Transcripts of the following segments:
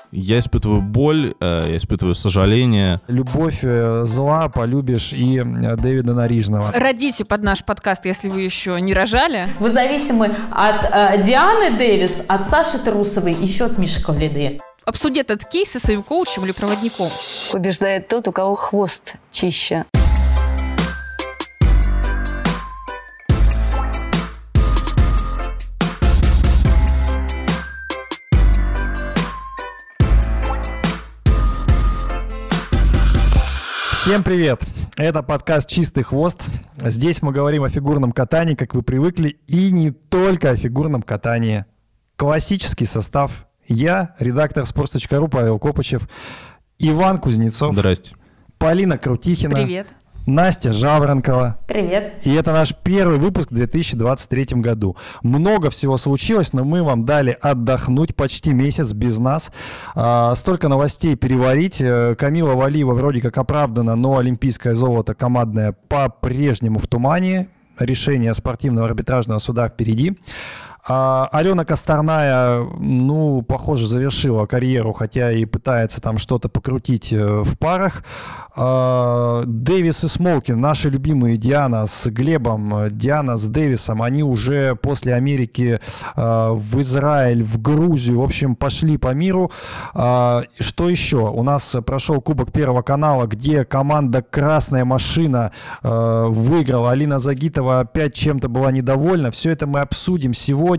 Я испытываю боль, я испытываю сожаление. Любовь зла, полюбишь и Дэвида Нарижного. Родите под наш подкаст, если вы еще не рожали. Вы зависимы от Дианы Дэвис, от Саши Трусовой, еще от Миши Ковледы. Обсуди этот кейс со своим коучем или проводником. Побеждает тот, у кого хвост чище. Всем привет! Это подкаст «Чистый хвост». Здесь мы говорим о фигурном катании, как вы привыкли, и не только о фигурном катании. Классический состав. Я, редактор sports.ru Павел Копычев, Иван Кузнецов. Здрасте. Полина Крутихина. Привет. Настя Жаворонкова. Привет. И это наш первый выпуск в 2023 году. Много всего случилось, но мы вам дали отдохнуть почти месяц без нас. Столько новостей переварить. Камила Валиева вроде как оправдана, но олимпийское золото командное по-прежнему в тумане. Решение спортивного арбитражного суда впереди. Алена Косторная, похоже, завершила карьеру, хотя и пытается там что-то покрутить в парах. Дэвис и Смолкин, наши любимые Диана с Глебом, Диана с Дэвисом, они уже после Америки в Израиль, в Грузию, в общем, пошли по миру. Что еще? У нас прошел Кубок Первого канала, где команда «Красная машина» выиграла. Алина Загитова опять чем-то была недовольна. Все это мы обсудим сегодня.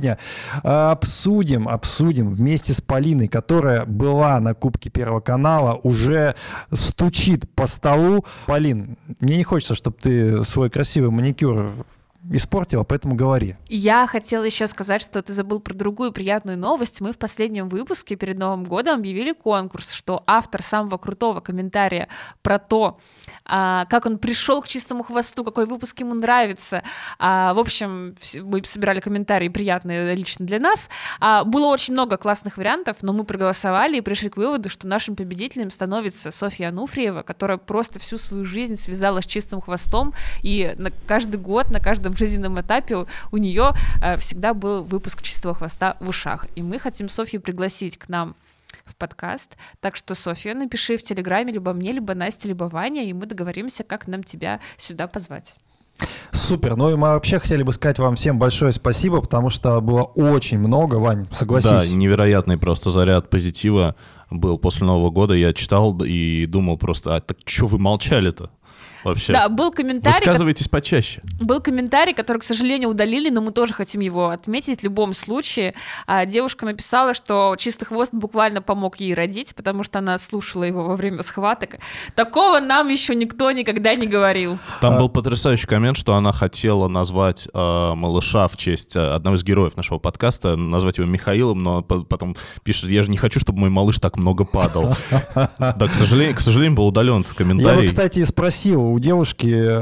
Обсудим вместе с Полиной, которая была на Кубке Первого канала, уже стучит по столу. Полин, мне не хочется, чтобы ты свой красивый маникюр испортила, поэтому говори. Я хотела еще сказать, что ты забыл про другую приятную новость. Мы в последнем выпуске перед Новым годом объявили конкурс, что автор самого крутого комментария про то, как он пришел к чистому хвосту, какой выпуск ему нравится. В общем, мы собирали комментарии приятные лично для нас. Было очень много классных вариантов, но мы проголосовали и пришли к выводу, что нашим победителем становится Софья Ануфриева, которая просто всю свою жизнь связала с чистым хвостом, и каждый год, на каждом жизненном этапе у нее всегда был выпуск «Чистого хвоста» в ушах. И мы хотим Софью пригласить к нам в подкаст. Так что, Софья, напиши в Телеграме либо мне, либо Насте, либо Ване, и мы договоримся, как нам тебя сюда позвать. Супер. Ну и мы вообще хотели бы сказать вам всем большое спасибо, потому что было очень много. Вань, согласись. Да, невероятный просто заряд позитива был после Нового года. Я читал и думал просто, так что вы молчали-то? Вообще. Да, был комментарий. Высказывайтесь почаще. Был комментарий, который, к сожалению, удалили, но мы тоже хотим его отметить в любом случае. Девушка написала, что чистый хвост буквально помог ей родить, потому что она слушала его во время схваток. Такого нам еще никто никогда не говорил. Там был потрясающий коммент, что она хотела назвать малыша в честь одного из героев нашего подкаста, назвать его Михаилом, но потом пишет: я же не хочу, чтобы мой малыш так много падал. Да, к сожалению, был удален этот комментарий. Я бы, кстати, спросил у девушки,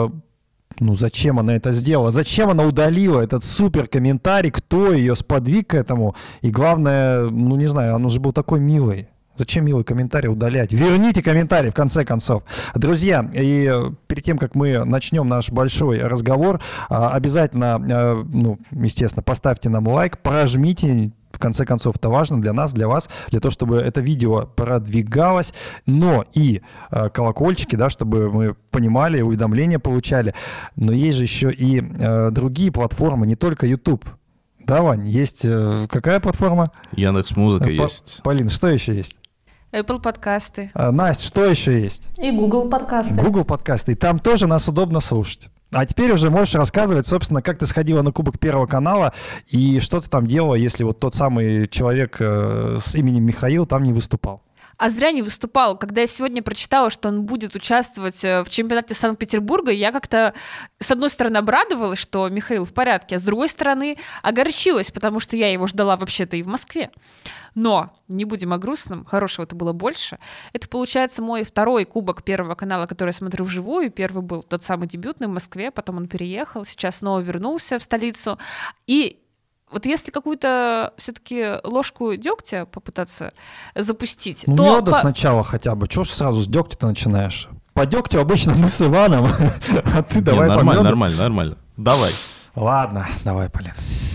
зачем она это сделала, зачем она удалила этот супер комментарий, кто ее сподвиг к этому, и главное, не знаю, он уже был такой милый. Зачем милый комментарий удалять? Верните комментарий, в конце концов. Друзья, и перед тем, как мы начнем наш большой разговор, обязательно, естественно, поставьте нам лайк, прожмите. В конце концов, это важно для нас, для вас, для того, чтобы это видео продвигалось, но и колокольчики, да, чтобы мы понимали, уведомления получали. Но есть же еще и другие платформы, не только YouTube. Да, Вань, есть какая платформа? Яндекс.Музыка есть. Полин, что еще есть? Apple подкасты. Настя, что еще есть? И Google подкасты. Google подкасты. И там тоже нас удобно слушать. А теперь уже можешь рассказывать, собственно, как ты сходила на Кубок Первого канала и что ты там делала, если вот тот самый человек с именем Михаил там не выступал. А зря не выступал. Когда я сегодня прочитала, что он будет участвовать в чемпионате Санкт-Петербурга, я как-то, с одной стороны, обрадовалась, что Михаил в порядке, а с другой стороны, огорчилась, потому что я его ждала вообще-то и в Москве. Но не будем о грустном, хорошего-то было больше. Это, получается, мой второй Кубок Первого канала, который я смотрю вживую. Первый был тот самый дебютный в Москве, потом он переехал, сейчас снова вернулся в столицу. И вот если какую-то все-таки ложку дегтя попытаться запустить, то... Меда сначала хотя бы. Чего ж сразу с дегтя-то начинаешь? По дегтю обычно мы с Иваном, а ты давай по меду. Нормально. Давай. Ладно, давай, Полин.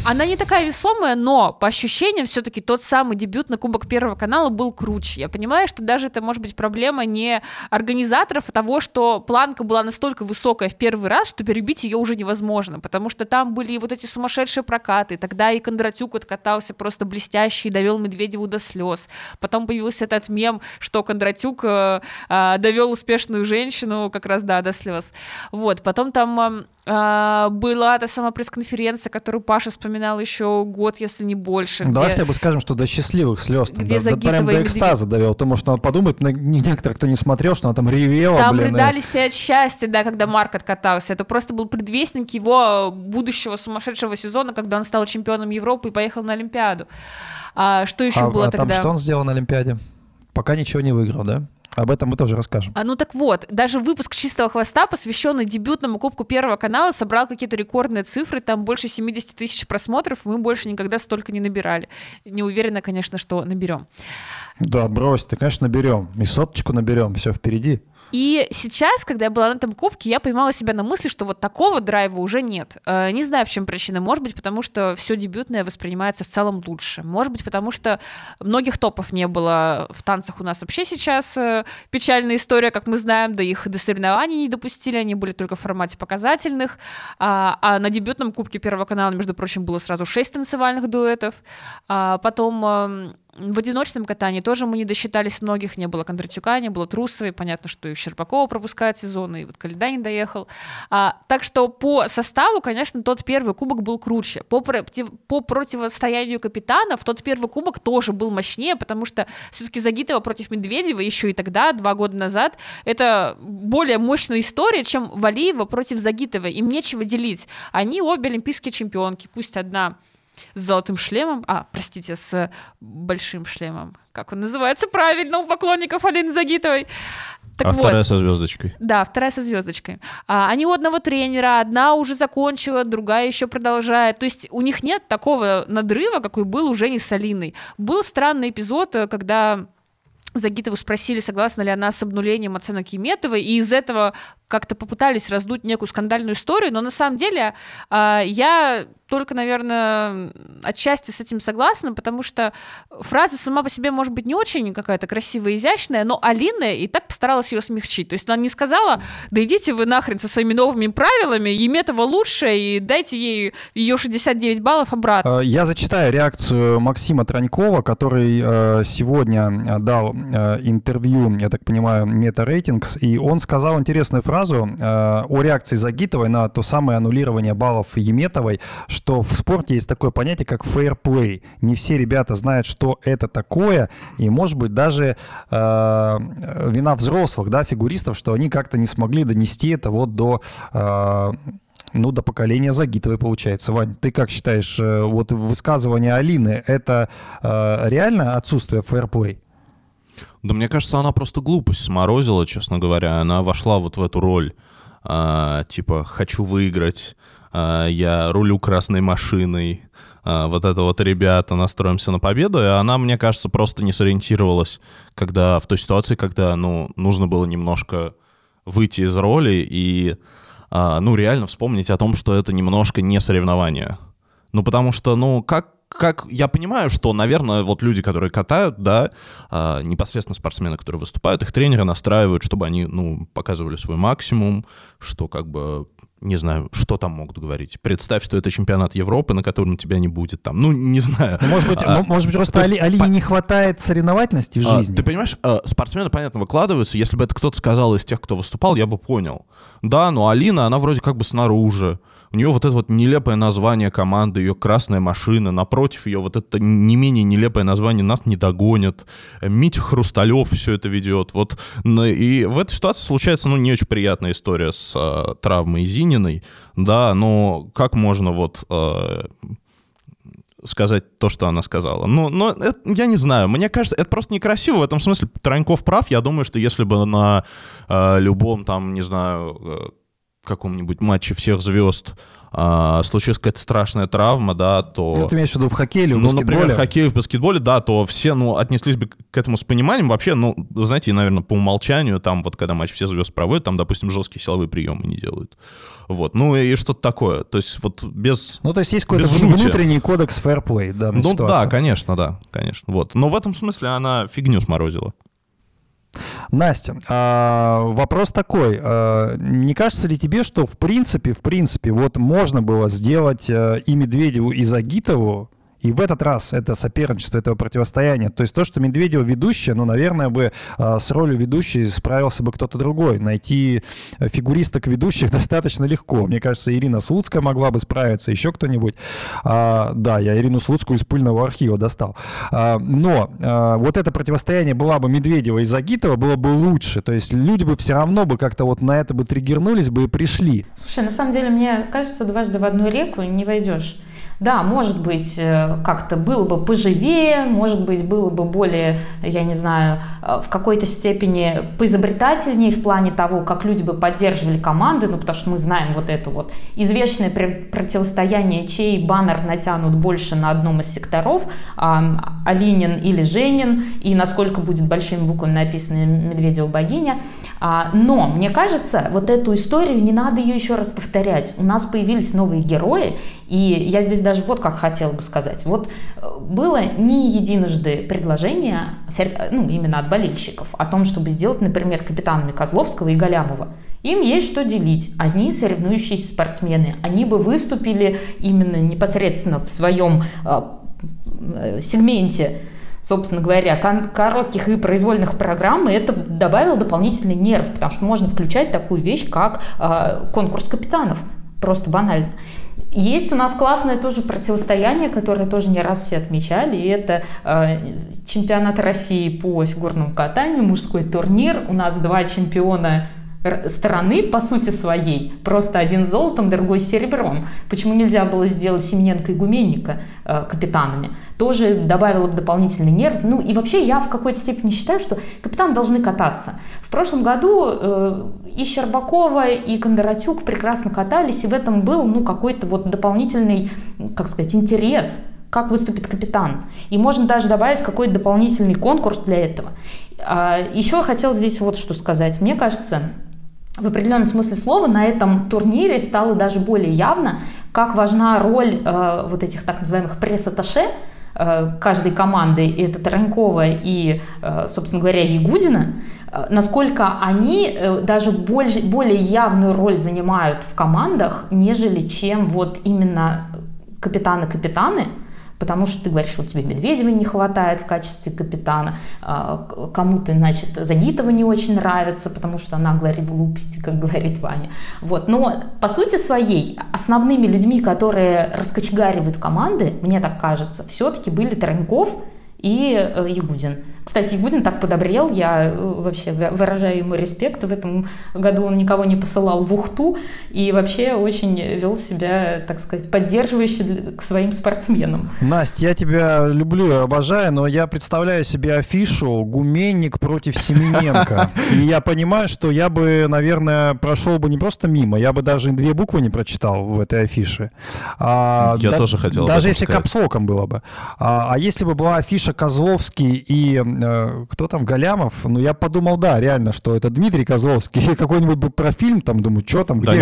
Она не такая весомая, но по ощущениям все-таки тот самый дебютный Кубок Первого канала был круче. Я понимаю, что даже это может быть проблема не организаторов, а того, что планка была настолько высокая в первый раз, что перебить ее уже невозможно, потому что там были и вот эти сумасшедшие прокаты, тогда и Кондратюк откатался просто блестяще и довел Медведеву до слез. Потом появился этот мем, что Кондратюк довел успешную женщину как раз, да, до слез. Вот, потом там была та самая пресс-конференция, которую Паша вспоминал еще год, если не больше. Давай хотя бы скажем, что до счастливых слез. Где прям до экстаза довел. Потому что надо подумать, некоторые, кто не смотрел, что она там ревела. Там рыдали все от счастья, да, когда Марк откатался. Это просто был предвестник его будущего сумасшедшего сезона, когда он стал чемпионом Европы и поехал на Олимпиаду. Что еще было тогда? Там что он сделал на Олимпиаде? Пока ничего не выиграл, да? Об этом мы тоже расскажем. Ну так вот, даже выпуск «Чистого хвоста», посвященный дебютному Кубку Первого канала, собрал какие-то рекордные цифры, там больше 70 тысяч просмотров, мы больше никогда столько не набирали. Не уверена, конечно, что наберем. Да, брось, ты, конечно, наберем. И соточку наберем, все впереди. И сейчас, когда я была на этом кубке, я поймала себя на мысли, что вот такого драйва уже нет. Не знаю, в чем причина. Может быть, потому что все дебютное воспринимается в целом лучше. Может быть, потому что многих топов не было в танцах у нас вообще сейчас. Печальная история, как мы знаем, да их до соревнований не допустили, они были только в формате показательных. А на дебютном Кубке Первого канала, между прочим, было сразу 6 танцевальных дуэтов. Потом в одиночном катании тоже мы не досчитались многих, не было Кондратюка, не было Трусовой, понятно, что и Щербакова пропускает сезоны, и вот Коляда не доехал. Так что по составу, конечно, тот первый кубок был круче. По противостоянию капитанов тот первый кубок тоже был мощнее, потому что все-таки Загитова против Медведева еще и тогда, 2 года назад, это более мощная история, чем Валиева против Загитовой. Им нечего делить. Они обе олимпийские чемпионки, пусть одна с золотым шлемом, с большим шлемом, как он называется правильно у поклонников Алины Загитовой. Так вот, вторая со звездочкой. Да, вторая со звездочкой. Они у одного тренера, одна уже закончила, другая еще продолжает. То есть у них нет такого надрыва, какой был у Жени с Алиной. Был странный эпизод, когда Загитову спросили, согласна ли она с обнулением оценок Еметовой, и из этого как-то попытались раздуть некую скандальную историю, но на самом деле я только, наверное, отчасти с этим согласна, потому что фраза сама по себе может быть не очень какая-то красивая, изящная, но Алина и так постаралась ее смягчить. То есть она не сказала: да идите вы нахрен со своими новыми правилами, Еметова лучше, и дайте ей ее 69 баллов обратно. Я зачитаю реакцию Максима Тронькова, который сегодня дал интервью, я так понимаю, Meta Ratings, и он сказал интересную фразу о реакции Загитовой на то самое аннулирование баллов Еметовой, что в спорте есть такое понятие, как fair play. Не все ребята знают, что это такое, и, может быть, даже вина взрослых, да, фигуристов, что они как-то не смогли донести это вот до поколения Загитовой, получается. Вань, ты как считаешь, вот высказывание Алины, это реально отсутствие fair play? Да мне кажется, она просто глупость сморозила, честно говоря. Она вошла вот в эту роль, типа, хочу выиграть, я рулю красной машиной, вот это вот, ребята, настроимся на победу. И она, мне кажется, просто не сориентировалась, когда в той ситуации, когда, нужно было немножко выйти из роли и, реально вспомнить о том, что это немножко не соревнование. Потому что, как я понимаю, что, наверное, вот люди, которые катают, да, непосредственно спортсмены, которые выступают, их тренеры настраивают, чтобы они, показывали свой максимум, что не знаю, что там могут говорить. Представь, что это чемпионат Европы, на котором тебя не будет там. Не знаю. Может быть, просто Алине не хватает соревновательности в жизни. Ты понимаешь, спортсмены, понятно, выкладываются. Если бы это кто-то сказал из тех, кто выступал, я бы понял. Да, но Алина, она вроде как бы снаружи. У нее вот это вот нелепое название команды, ее красная машина, напротив ее вот это не менее нелепое название «Нас не догонят», Митя Хрусталев все это ведет. Вот. И в этой ситуации случается, не очень приятная история с травмой Зининой, да, но как можно сказать то, что она сказала. Но это, я не знаю, мне кажется, это просто некрасиво. В этом смысле Троньков прав. Я думаю, что если бы на любом там, не знаю, каком-нибудь матче всех звезд случилась какая-то страшная травма, да, то... Ну, ты имеешь в виду в хоккее или в баскетболе? Например, в хоккее, в баскетболе, да, то все, отнеслись бы к этому с пониманием. Вообще, знаете, наверное, по умолчанию, там вот когда матч «Все звезд» проводят, там, допустим, жесткие силовые приемы не делают. Вот, и что-то такое. То есть вот без... то есть какой-то внутренний кодекс фэрплей, да, на ситуацию. Да, конечно. Вот. Но в этом смысле она фигню сморозила. Настя, вопрос такой. Не кажется ли тебе, что в принципе, вот можно было сделать и Медведеву, и Загитову, и в этот раз это соперничество, это противостояние. То есть то, что Медведева ведущая, наверное, бы с ролью ведущей справился бы кто-то другой. Найти фигуристок ведущих достаточно легко. Мне кажется, Ирина Слуцкая могла бы справиться, еще кто-нибудь. Да, я Ирину Слуцкую из пыльного архива достал. Но вот это противостояние была бы Медведева и Загитова, было бы лучше. То есть люди бы все равно бы как-то вот на это бы триггернулись бы и пришли. Слушай, на самом деле, мне кажется, дважды в одну реку не войдешь. Да, может быть, как-то было бы поживее, может быть, было бы более, я не знаю, в какой-то степени поизобретательнее в плане того, как люди бы поддерживали команды, потому что мы знаем вот это вот извечное противостояние, чей баннер натянут больше на одном из секторов, Алинин или Женин, и насколько будет большими буквами написано Медведева богиня. Но, мне кажется, вот эту историю не надо ее еще раз повторять. У нас появились новые герои, и я здесь даже вот как хотела бы сказать. Вот было не единожды предложение, именно от болельщиков, о том, чтобы сделать, например, капитанами Козловского и Галямова. Им есть что делить. Они соревнующиеся спортсмены. Они бы выступили именно непосредственно в своем сегменте, собственно говоря, коротких и произвольных программ, и это добавило дополнительный нерв, потому что можно включать такую вещь, как конкурс капитанов. Просто банально. Есть у нас классное тоже противостояние, которое тоже не раз все отмечали, и это чемпионат России по фигурному катанию, мужской турнир. У нас 2 чемпиона страны по сути своей, просто один золотом, другой серебром. Почему нельзя было сделать Семененко и Гуменника капитанами? Тоже добавило бы дополнительный нерв. И вообще я в какой-то степени считаю, что капитаны должны кататься. В прошлом году и Щербакова, и Кондратюк прекрасно катались, и в этом был какой-то вот дополнительный, интерес, как выступит капитан. И можно даже добавить какой-то дополнительный конкурс для этого. Еще хотела здесь вот что сказать. Мне кажется, в определенном смысле слова на этом турнире стало даже более явно, как важна роль вот этих так называемых пресс-атташе каждой команды, это Таранькова и, собственно говоря, Ягудина, насколько они даже более явную роль занимают в командах, нежели чем вот именно капитаны, потому что ты говоришь, что тебе Медведевой не хватает в качестве капитана, кому-то, Загитова не очень нравится, потому что она говорит глупости, как говорит Ваня. Вот. Но по сути своей основными людьми, которые раскочегаривают команды, мне так кажется, все-таки были Тараньков и Ягудин. Кстати, Ягудин так подобрел, я вообще выражаю ему респект. В этом году он никого не посылал в Ухту и вообще очень вел себя, так сказать, поддерживающе к своим спортсменам. Настя, я тебя люблю и обожаю, но я представляю себе афишу «Гуменник против Семененко». И я понимаю, что я бы, наверное, прошел бы не просто мимо, я бы даже 2 буквы не прочитал в этой афише. Я тоже хотел даже если капслоком было бы. А если бы была афиша Козловский и кто там, Галямов, я подумал, да, реально, что это Дмитрий Козловский, или какой-нибудь бы профильм, там, думаю, что там, где...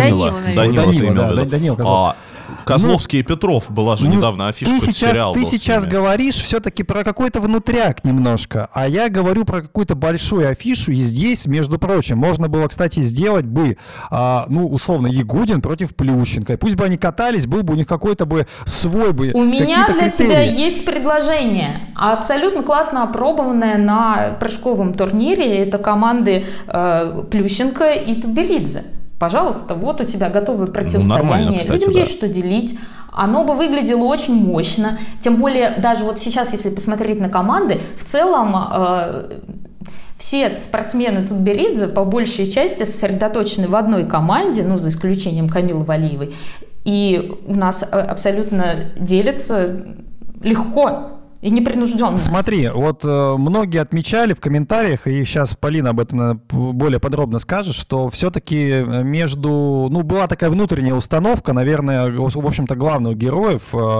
Данила Козловский. Козловский и Петров была же недавно афиша, сериал. Ты сейчас говоришь все-таки про какой-то внутряк немножко, а я говорю про какую-то большую афишу, и здесь, между прочим, можно было, кстати, сделать бы, условно, Ягудин против Плющенко, и пусть бы они катались, был бы у них какой-то бы свой бы... У меня для тебя есть предложение, абсолютно классно опробованное на прыжковом турнире, это команды Плющенко и Тутберидзе. Пожалуйста, вот у тебя готовое противостояние. Людям есть что делить. Оно бы выглядело очень мощно. Тем более, даже вот сейчас, если посмотреть на команды, в целом все спортсмены Тутберидзе по большей части сосредоточены в одной команде, за исключением Камилы Валиевой. И у нас абсолютно делятся легко. и непринужденно. Смотри, вот многие отмечали в комментариях, и сейчас Полина об этом наверное, более подробно скажет, что все-таки была такая внутренняя установка, наверное, в общем-то, главных героев,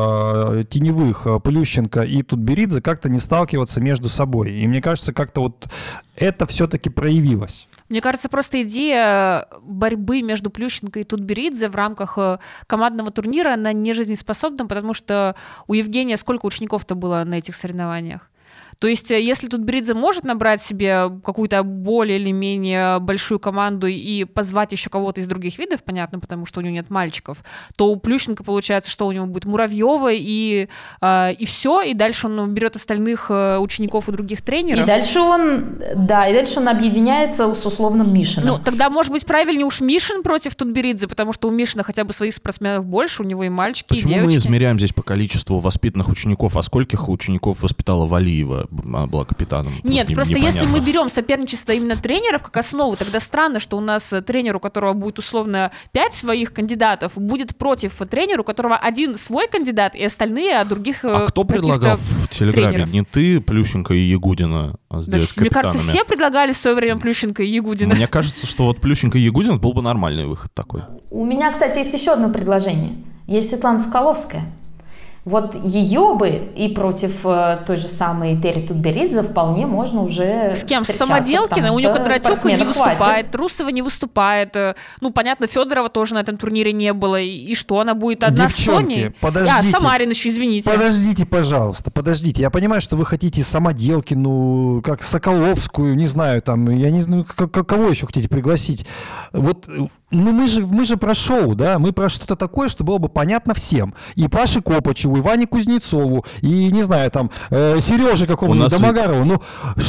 теневых, Плющенко и Тутберидзе, как-то не сталкиваться между собой. И мне кажется, как-то вот это все-таки проявилось. Мне кажется, просто идея борьбы между Плющенко и Тутберидзе в рамках командного турнира, она не жизнеспособна, потому что у Евгения сколько учеников-то было на этих соревнованиях? То есть, если Тутберидзе может набрать себе какую-то более или менее большую команду и позвать еще кого-то из других видов, понятно, потому что у него нет мальчиков, то у Плющенко получается, что у него будет Муравьева и все, и дальше он берет остальных учеников и других тренеров. И дальше он объединяется с условным Мишиным. Ну, тогда, может быть, правильнее уж Мишин против Тутберидзе, потому что у Мишина хотя бы своих спортсменов больше, у него и мальчики, Почему и девочки. мы измеряем здесь по количеству воспитанных учеников, а скольких учеников воспитала Валиева? Она была капитаном. Нет, просто непонятно. если мы берем соперничество именно тренеров как основу, тогда странно, что у нас тренер, у которого будет условно 5 своих кандидатов, будет против тренера, у которого один свой кандидат и остальные, а других А кто предлагал в Телеграме? тренеров. Не ты, Плющенко и Ягудина сделать Мне капитанами? кажется, все предлагали в свое время Плющенко и Ягудина. Мне кажется, что вот Плющенко и Ягудин был бы нормальный выход такой. У меня, кстати, есть еще одно предложение. Есть Светлана Соколовская. Вот ее бы и против той же самой Терри Тутберидзе вполне можно уже С кем? С встречаться, Самоделкиной? У нее Кондратюк не выступает, хватит. Трусова не выступает. Ну, понятно, Федорова тоже на этом турнире не было. И что, она будет одна Девчонки, с Соней? подождите. Самарин еще, извините. Подождите, пожалуйста, подождите. Я понимаю, что вы хотите Самоделкину, как Соколовскую, не знаю, там, я не знаю, кого еще хотите пригласить. Вот, мы же про шоу, да, мы про что-то такое, что было бы понятно всем. И Паше Копачеву, и Ване Кузнецову, и, не знаю, там, Сереже какому-нибудь Домогарову, ну,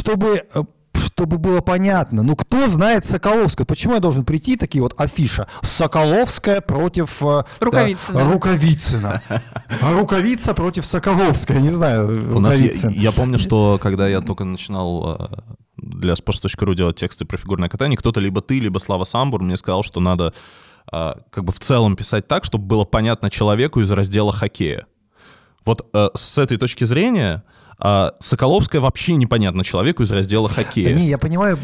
чтобы было понятно. Ну, кто знает Соколовскую? Почему я должен прийти, такие вот афиша? Соколовская против Рукавицына. Рукавицына. А Рукавица против Соколовской, не знаю. У нас, Рукавицын. я помню, что когда я только начинал для sports.ru делать тексты про фигурное катание, кто-то, либо ты, либо Слава Самбур, мне сказал, что надо как бы в целом писать так, чтобы было понятно человеку из раздела хоккея. Вот с этой точки зрения Соколовская вообще непонятно человеку из раздела хоккея. Да не, я понимаю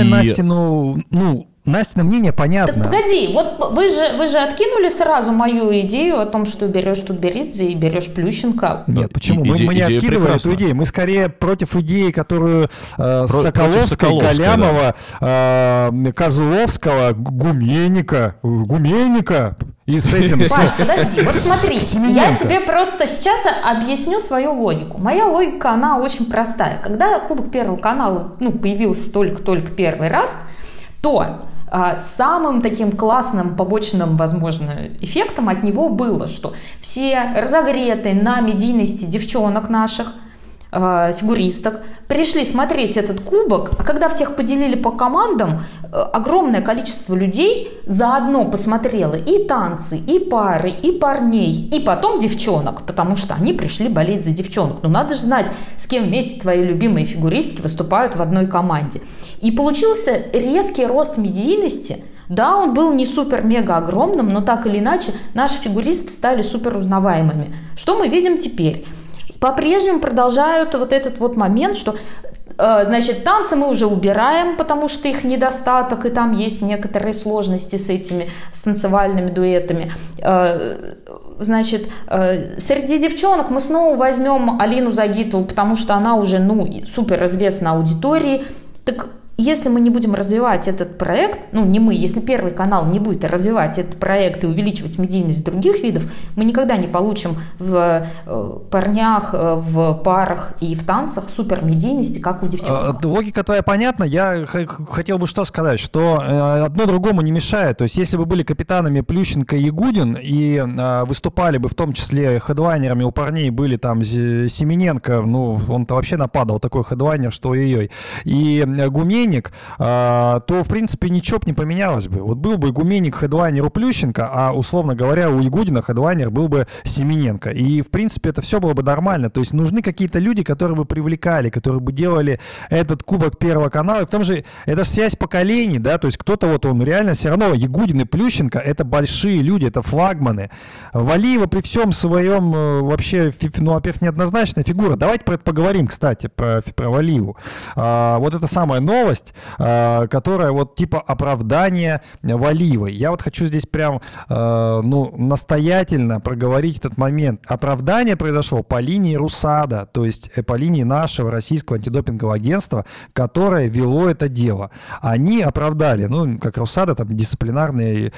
Настина мнение понятно. Так погоди, вот вы же откинули сразу мою идею о том, что берешь Тутберидзе и берешь Плющенко. Нет, почему? Мы не откидываем эту идею. Мы скорее против идеи, которую Соколовская, Галямова, да. Козловского, Гуменника и с этим... Паш, подожди, вот смотри, я тебе просто сейчас объясню свою логику. Моя логика, она очень простая. Когда Кубок Первого канала появился только-только первый раз, то самым таким классным побочным, возможно, эффектом от него было, что все разогретые на медийности девчонок наших, фигуристок, пришли смотреть этот кубок, а когда всех поделили по командам, огромное количество людей заодно посмотрело и танцы, и пары, и парней, и потом девчонок, потому что они пришли болеть за девчонок. Ну, надо же знать, с кем вместе твои любимые фигуристки выступают в одной команде. И получился резкий рост медийности. Да, он был не супер-мега огромным, но так или иначе наши фигуристы стали супер узнаваемыми. Что мы видим теперь? По-прежнему продолжают вот этот вот момент, что, значит, танцы мы уже убираем, потому что их недостаток, и там есть некоторые сложности с танцевальными дуэтами. Значит, среди девчонок мы снова возьмем Алину Загитову, потому что она уже, супер известна аудитории. Так если мы не будем развивать этот проект, если Первый канал не будет развивать этот проект и увеличивать медийность других видов, мы никогда не получим в парнях, в парах и в танцах супер медийности, как в девчонках. Логика твоя понятна. Я хотел бы что сказать, что одно другому не мешает. То есть, если бы были капитанами Плющенко и Ягудин и выступали бы в том числе хедлайнерами у парней были там Семененко, он-то вообще нападал, такой хедлайнер, что ой-ой-ой, и Гуменник, игуменник, то, в принципе, ничего бы не поменялось бы. Вот был бы игуменник хедлайнер у Плющенко, а, условно говоря, у Ягудина хедлайнер был бы Семененко. И, в принципе, это все было бы нормально. То есть нужны какие-то люди, которые бы привлекали, которые бы делали этот Кубок Первого канала. И в том же, это связь поколений, да, то есть кто-то вот он реально все равно, Ягудин и Плющенко, это большие люди, это флагманы. Валиева при всем своем вообще, ну, во-первых, неоднозначная фигура. Давайте про это поговорим, кстати, про Валиеву. Вот это самая новость, которая вот типа оправдания Валиевой. Я вот хочу здесь прям, ну, настоятельно проговорить этот момент. Оправдание произошло по линии РУСАДА, то есть по линии нашего российского антидопингового агентства, которое вело это дело. Они оправдали, ну, как РУСАДА, там, дисциплинарный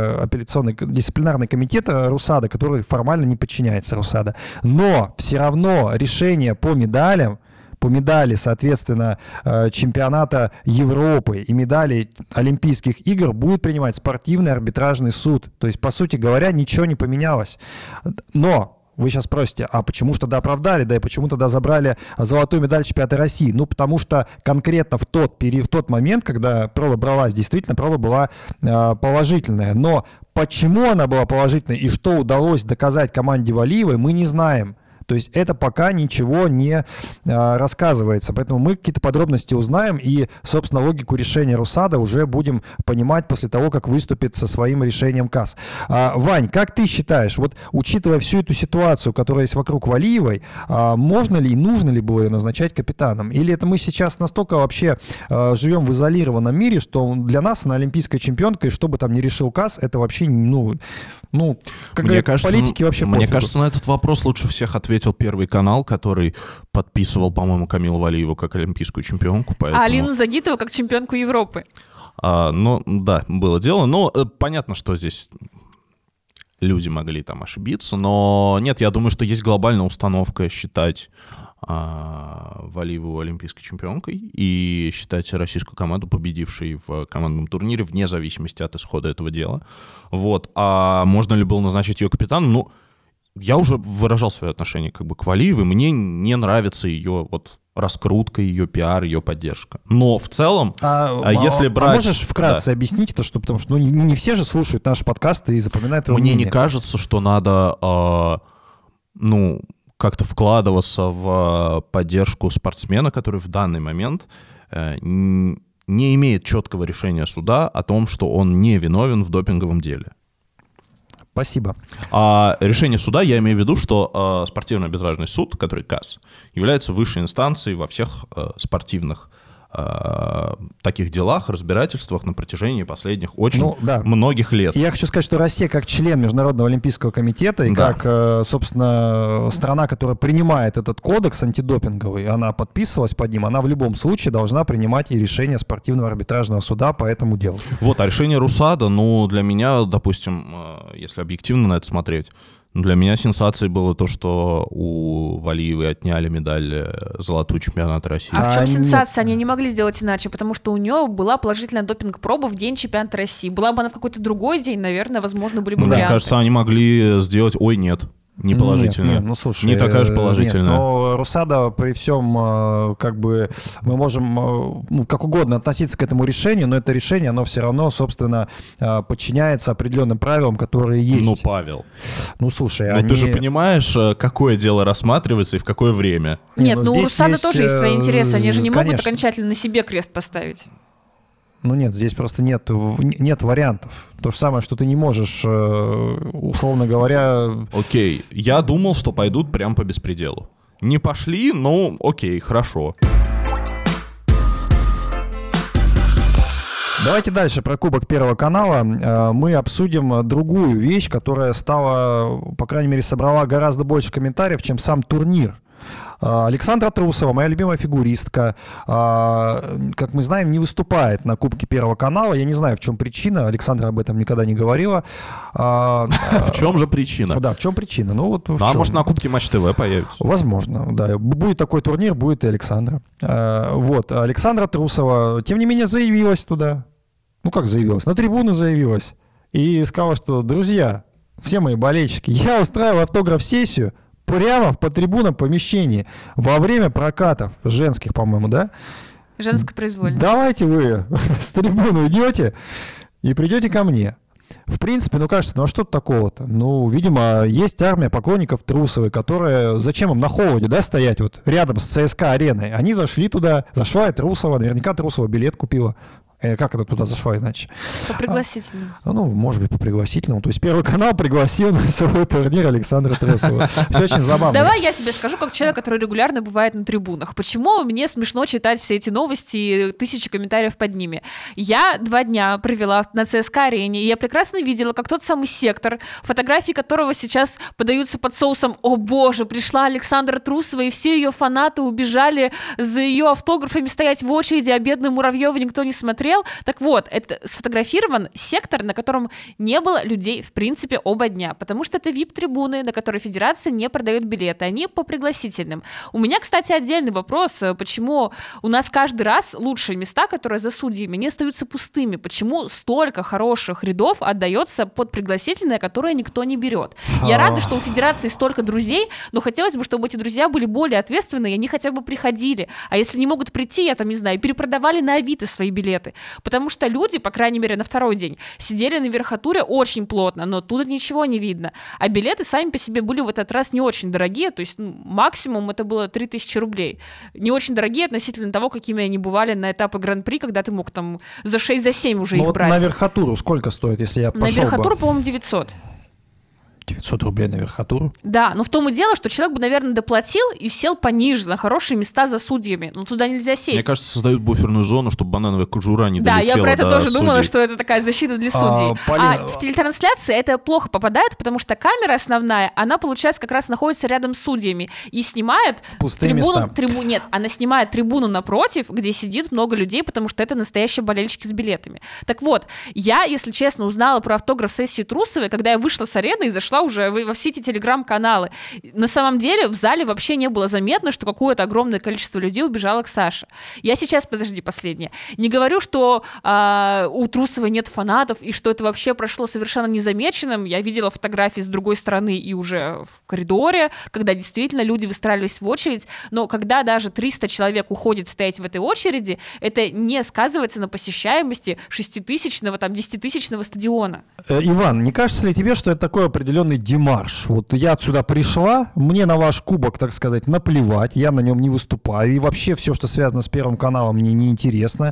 комитет РУСАДА, который формально не подчиняется РУСАДА. Но все равно решение по медалям, соответственно, чемпионата Европы и медали Олимпийских игр будет принимать спортивный арбитражный суд. То есть, по сути говоря, ничего не поменялось. Но вы сейчас спросите, а почему же тогда оправдали, да и почему тогда забрали золотую медаль чемпионата России? Ну, потому что конкретно в тот момент, когда проба бралась, действительно, проба была положительная. Но почему она была положительной и что удалось доказать команде Валиевой, мы не знаем. То есть это пока ничего не рассказывается. Поэтому мы какие-то подробности узнаем и, собственно, логику решения РУСАДА уже будем понимать после того, как выступит со своим решением КАС. Вань, как ты считаешь, вот учитывая всю эту ситуацию, которая есть вокруг Валиевой, можно ли и нужно ли было ее назначать капитаном? Или это мы сейчас настолько вообще живем в изолированном мире, что для нас она олимпийская чемпионка, и что бы там ни решил КАС, это вообще, как мне говорят, кажется, политики вообще мне пофигу. кажется, на этот вопрос лучше всех ответил Первый канал, который подписывал, по-моему, Камилу Валиеву как олимпийскую чемпионку. Поэтому... А Алину Загитову как чемпионку Европы. Ну, да, было дело. Но понятно, что здесь люди могли там ошибиться. Но нет, я думаю, что есть глобальная установка считать Валиеву олимпийской чемпионкой и считать российскую команду победившей в командном турнире вне зависимости от исхода этого дела. Вот. А можно ли было назначить ее капитаном? Ну, я уже выражал свое отношение как бы к Валиевой. Мне не нравится ее вот раскрутка, ее пиар, ее поддержка. Но в целом, если брать... можешь вкратце объяснить это, потому что не все же слушают наши подкасты и запоминают его Мне мнение. не кажется, что надо как-то вкладываться в поддержку спортсмена, который в данный момент не имеет четкого решения суда о том, что он не виновен в допинговом деле. Спасибо. А решение суда, я имею в виду, что спортивный арбитражный суд, который КАС, является высшей инстанцией во всех спортивных таких делах, разбирательствах на протяжении последних очень многих лет. Я хочу сказать, что Россия как член Международного олимпийского комитета и как, собственно, страна, которая принимает этот кодекс антидопинговый, она подписывалась под ним, она в любом случае должна принимать и решение спортивного арбитражного суда по этому делу. Вот, а решение РУСАДА, для меня, допустим, если объективно на это смотреть, для меня сенсацией было то, что у Валиевой отняли медаль золотую чемпионата России. А в чем сенсация? Они не могли сделать иначе, потому что у нее была положительная допинг-проба в день чемпионата России. Была бы она в какой-то другой день, наверное, возможно, были бы варианты. Мне кажется, они могли сделать нет. Не положительная. Нет, слушай, не такая уж положительная. Нет, но РУСАДА при всем, мы можем как угодно относиться к этому решению, но это решение, оно все равно, собственно, подчиняется определенным правилам, которые есть. Павел. Слушай, ты же понимаешь, какое дело рассматривается и в какое время? Нет, у РУСАДА тоже есть свои интересы, они же не могут окончательно на себе крест поставить. Нет, здесь просто нет вариантов. То же самое, что ты не можешь, условно говоря... Окей, я думал, что пойдут прям по беспределу. Не пошли, окей, хорошо. Давайте дальше про Кубок Первого канала. Мы обсудим другую вещь, которая стала, по крайней мере, собрала гораздо больше комментариев, чем сам турнир. Александра Трусова, моя любимая фигуристка, как мы знаем, не выступает на Кубке Первого канала. Я не знаю, в чем причина. Александра об этом никогда не говорила. В чем же причина? Да, в чем причина? Может, на Кубке Матч ТВ появится? Возможно, да. Будет такой турнир, будет и Александра. Александра Трусова, тем не менее, заявилась туда. Как заявилась? На трибуны заявилась. И сказала, что, друзья, все мои болельщики, я устраиваю автограф-сессию прямо по трибунам помещении во время прокатов женских, по-моему, да? Женско-произвольно. Давайте вы с трибуны идете и придете ко мне. В принципе, кажется, а что-то такого-то? Видимо, есть армия поклонников Трусовой, которая... Зачем им на холоде, стоять вот рядом с ЦСКА-ареной? Они зашли туда, зашла и Трусова, наверняка Трусова билет купила. Как она туда зашла иначе? По пригласительному. Может быть, по пригласительному. То есть Первый канал пригласил на свой турнир Александра Трусова. Все очень забавно. Давай я тебе скажу, как человек, который регулярно бывает на трибунах. Почему мне смешно читать все эти новости и тысячи комментариев под ними? Я 2 дня провела на ЦСКА-арене, и я прекрасно видела, как тот самый сектор, фотографии которого сейчас подаются под соусом «О боже, пришла Александра Трусова, и все ее фанаты убежали за ее автографами стоять в очереди, а бедную Муравьеву никто не смотрел». Так вот, это сфотографирован сектор, на котором не было людей, в принципе, оба дня, потому что это VIP-трибуны, на которые федерация не продает билеты, они по пригласительным. У меня, кстати, отдельный вопрос, почему у нас каждый раз лучшие места, которые за судьями, не остаются пустыми, почему столько хороших рядов отдается под пригласительное, которое никто не берет. Я рада, что у федерации столько друзей, но хотелось бы, чтобы эти друзья были более ответственны, и они хотя бы приходили, а если не могут прийти, перепродавали на Авито свои билеты. Потому что люди, по крайней мере, на второй день сидели на верхотуре очень плотно, но оттуда ничего не видно. А билеты сами по себе были в этот раз не очень дорогие, то есть максимум это было 3000 рублей. Не очень дорогие относительно того, какими они бывали на этапы Гран-при, когда ты мог за 6, за 7 уже их брать. На верхотуру сколько стоит, если я пошел На верхотуру, по-моему, 900. 900 рублей на верхотуру. Да, но в том и дело, что человек бы, наверное, доплатил и сел пониже, на хорошие места за судьями. Но туда нельзя сесть. Мне кажется, создают буферную зону, чтобы банановая кожура не долетела. Да, я про это тоже судей. думала, что это такая защита для судей. А в телетрансляции это плохо попадает, потому что камера основная, она, получается, как раз находится рядом с судьями и снимает пустые места. Нет, она снимает трибуну напротив, где сидит много людей, потому что это настоящие болельщики с билетами. Так вот, я, если честно, узнала про автограф-сессию Трусовой, когда я вышла с арены и зашла уже во все эти телеграм-каналы. На самом деле в зале вообще не было заметно, что какое-то огромное количество людей убежало к Саше. Я сейчас, последнее. Не говорю, что у Трусовой нет фанатов и что это вообще прошло совершенно незамеченным. Я видела фотографии с другой стороны и уже в коридоре, когда действительно люди выстраивались в очередь, но когда даже 300 человек уходит стоять в этой очереди, это не сказывается на посещаемости 6-тысячного, 10-тысячного стадиона. Иван, не кажется ли тебе, что это такой определенный демарш? Вот я отсюда пришла, мне на ваш кубок, так сказать, наплевать, я на нем не выступаю, и вообще все, что связано с Первым каналом, мне не интересно.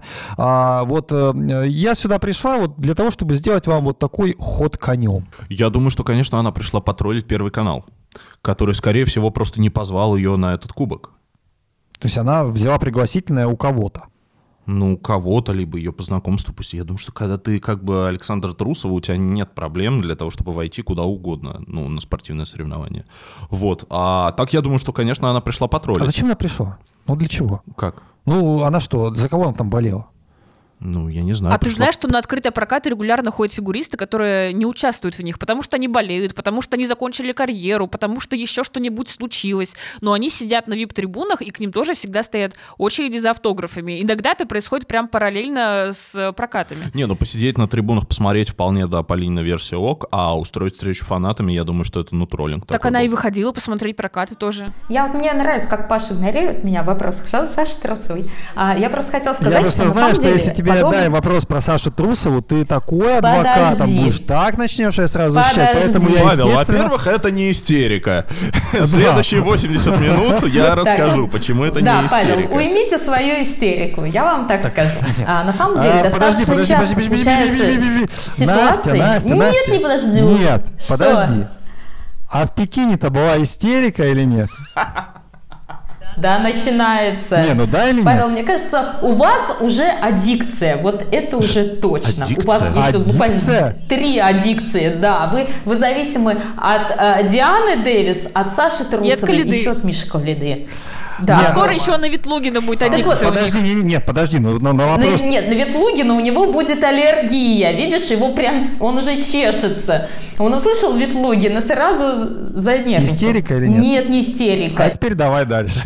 Я сюда пришла для того, чтобы сделать вам такой ход конем. Я думаю, что, конечно, она пришла потроллить Первый канал, который, скорее всего, просто не позвал ее на этот кубок. То есть она взяла пригласительное у кого-то? Кого-то, либо ее по знакомству пусть. Я думаю, что когда ты Александр Трусова, у тебя нет проблем для того, чтобы войти куда угодно, на спортивное соревнование. Вот. А так я думаю, что, конечно, она пришла потроллить. А зачем она пришла? Для чего? Как? Она что, за кого она там болела? Я не знаю. Ты знаешь, что на открытые прокаты регулярно ходят фигуристы, которые не участвуют в них, потому что они болеют, потому что они закончили карьеру, потому что еще что-нибудь случилось. Но они сидят на VIP-трибунах, и к ним тоже всегда стоят очереди за автографами. Иногда это происходит прям параллельно с прокатами. Посидеть на трибунах, посмотреть вполне, полинная версия ок, а устроить встречу фанатами, я думаю, что это троллинг. Так она и выходила посмотреть прокаты тоже. Мне нравится, как Паша игнорирует меня в вопросах Саши Трусовой. Я просто хотела сказать, что на самом деле... Если тебе дай вопрос про Сашу Трусову, ты такой адвокатом будешь, так начнешь ее сразу защищать, поэтому я, естественно... Во-первых, это не истерика. Следующие 80 минут я расскажу, почему это не истерика. Да, Павел, уймите свою истерику, я вам так скажу. На самом деле, достаточно часто случаются ситуации... Настя. Нет, не подожди. Нет, подожди. А в Пекине-то была истерика или нет? Да, начинается. Да или нет? Павел, мне кажется, у вас уже аддикция. Вот это уже точно. Аддикция? У вас есть буквально 3 аддикции. Да, вы зависимы от Дианы Дэвис, от Саши Трусовой и еще от Миши Кавлиды. Да. Скоро еще на Ветлугина будет аддикция. Подожди, на вопрос... Нет, на Ветлугина у него будет аллергия. Видишь, он уже чешется. Он услышал Ветлугина, сразу занервничал. Истерика или нет? Нет, не истерика. А теперь давай дальше.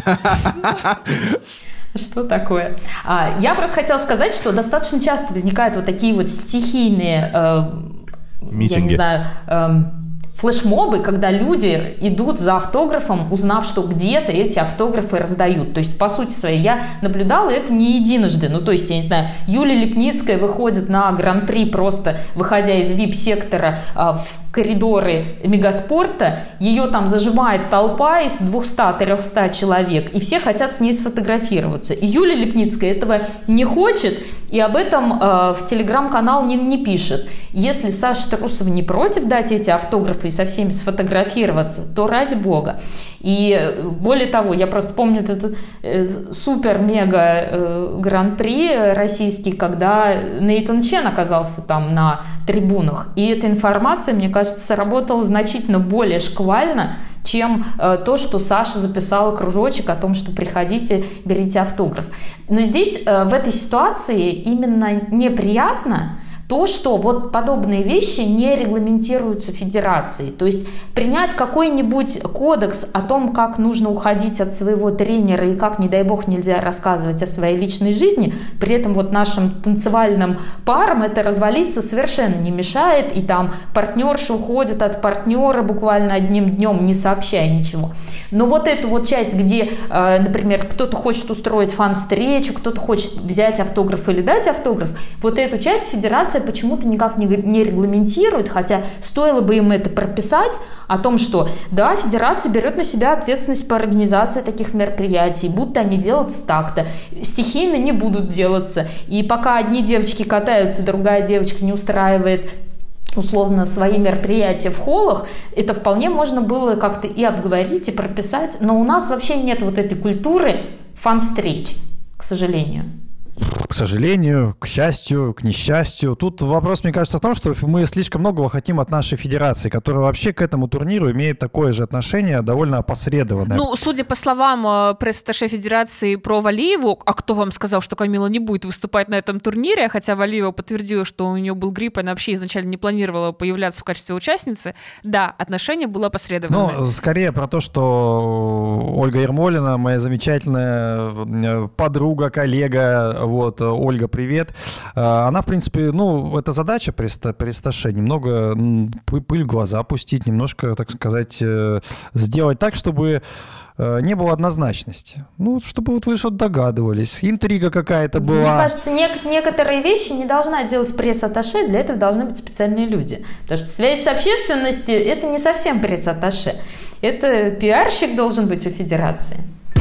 Что такое? Я просто хотела сказать, что достаточно часто возникают такие стихийные... митинги. Я не знаю... флешмобы, когда люди идут за автографом, узнав, что где-то эти автографы раздают. То есть, по сути своей, я наблюдала это не единожды. Ну, то есть, я не знаю, Юлия Лепницкая выходит на гран-при, просто выходя из VIP-сектора в коридоры мегаспорта, ее там зажимает толпа из 200-300 человек, и все хотят с ней сфотографироваться. И Юлия Лепницкая этого не хочет, и об этом в телеграм-канал не пишет. Если Саша Трусова не против дать эти автографы и со всеми сфотографироваться, то ради бога. И более того, я просто помню этот супер-мега гран-при российский, когда Нейтан Чен оказался там на трибунах. И эта информация, мне кажется, сработала значительно более шквально, чем то, что Саша записала кружочек о том, что приходите, берите автограф. Но здесь, в этой ситуации, именно неприятно то, что вот подобные вещи не регламентируются федерацией. То есть принять какой-нибудь кодекс о том, как нужно уходить от своего тренера и как, не дай бог, нельзя рассказывать о своей личной жизни, при этом вот нашим танцевальным парам это развалиться совершенно не мешает, и там партнерши уходят от партнера буквально одним днем, не сообщая ничего. Но вот эту вот часть, где, например, кто-то хочет устроить фан-встречу, кто-то хочет взять автограф или дать автограф, вот эту часть федерация почему-то никак не регламентирует, хотя стоило бы им это прописать, о том, что да, федерация берет на себя ответственность по организации таких мероприятий, будут они делаться так-то, стихийно не будут делаться, и пока одни девочки катаются, другая девочка не устраивает условно свои мероприятия в холлах, это вполне можно было как-то и обговорить, и прописать, но у нас вообще нет вот этой культуры фан-встреч, к сожалению. К сожалению, к счастью, к несчастью. Тут вопрос, мне кажется, в том, что мы слишком многого хотим от нашей федерации, которая вообще к этому турниру имеет такое же отношение, довольно опосредованное. Ну, судя по словам пресс-атташе федерации про Валиеву, а кто вам сказал, что Камила не будет выступать на этом турнире, хотя Валиева подтвердила, что у нее был грипп, она вообще изначально не планировала появляться в качестве участницы, да, отношение было опосредованное. Ну, скорее про то, что Ольга Ермолина, моя замечательная подруга, коллега, вот, Ольга, привет. Она, в принципе, ну, это задача пресс-атташе, немного пыль в глаза пустить, немножко, так сказать, сделать так, чтобы не было однозначности. Ну, чтобы вот вы что-то догадывались. Интрига какая-то была. Мне кажется, некоторые вещи не должна делать пресс-атташе, для этого должны быть специальные люди. Потому что связь с общественностью – это не совсем пресс-атташе. Это пиарщик должен быть у федерации.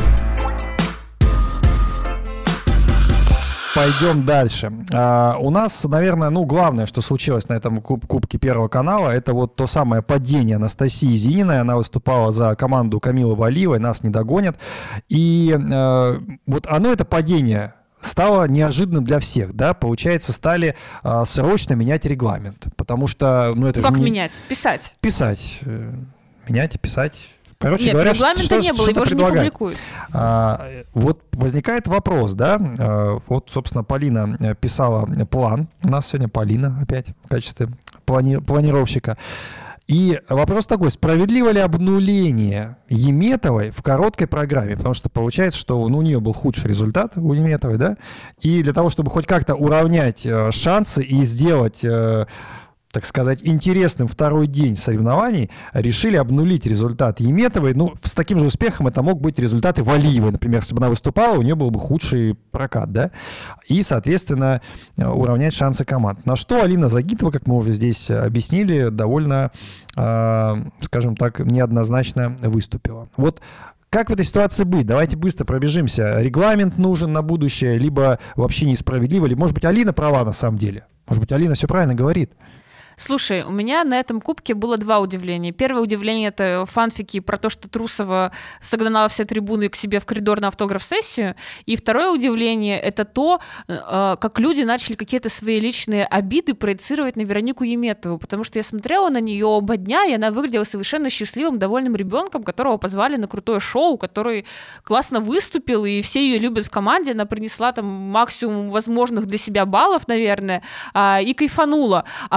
Пойдем дальше. У нас, наверное, главное, что случилось на этом Кубке Первого канала, это вот то самое падение Анастасии Зининой. Она выступала за команду Камилы Валиевой, нас не догонят. И вот это падение стало неожиданным для всех, да, получается, стали срочно менять регламент, потому что, это как же менять? Писать. Писать. Менять и писать. Короче Нет, говоря, регламента не было, его же не публикуют. Вот возникает вопрос, да, вот, собственно, Полина писала план, у нас сегодня Полина опять в качестве планировщика, и вопрос такой, справедливо ли обнуление Еметовой в короткой программе, потому что получается, что у нее был худший результат, у Еметовой, да, и для того, чтобы хоть как-то уравнять шансы и сделать, так сказать, интересным второй день соревнований, решили обнулить результат Еметовой. С таким же успехом это мог быть результат и Валиевой. Например, если бы она выступала, у нее был бы худший прокат, да? И, соответственно, уравнять шансы команд. На что Алина Загитова, как мы уже здесь объяснили, довольно, скажем так, неоднозначно выступила. Вот как в этой ситуации быть? Давайте быстро пробежимся. Регламент нужен на будущее, либо вообще несправедливо, или, может быть, Алина права на самом деле? Может быть, Алина все правильно говорит? Слушай, у меня на этом кубке было два удивления. Первое удивление — это фанфики про то, что Трусова согнала все трибуны к себе в коридор на автограф-сессию. И второе удивление — это то, как люди начали какие-то свои личные обиды проецировать на Веронику Еметову. Потому что я смотрела на нее оба дня, и она выглядела совершенно счастливым, довольным ребенком, которого позвали на крутое шоу, который классно выступил, и все ее любят в команде. Она принесла там максимум возможных для себя баллов, наверное, и кайфанула. А при этом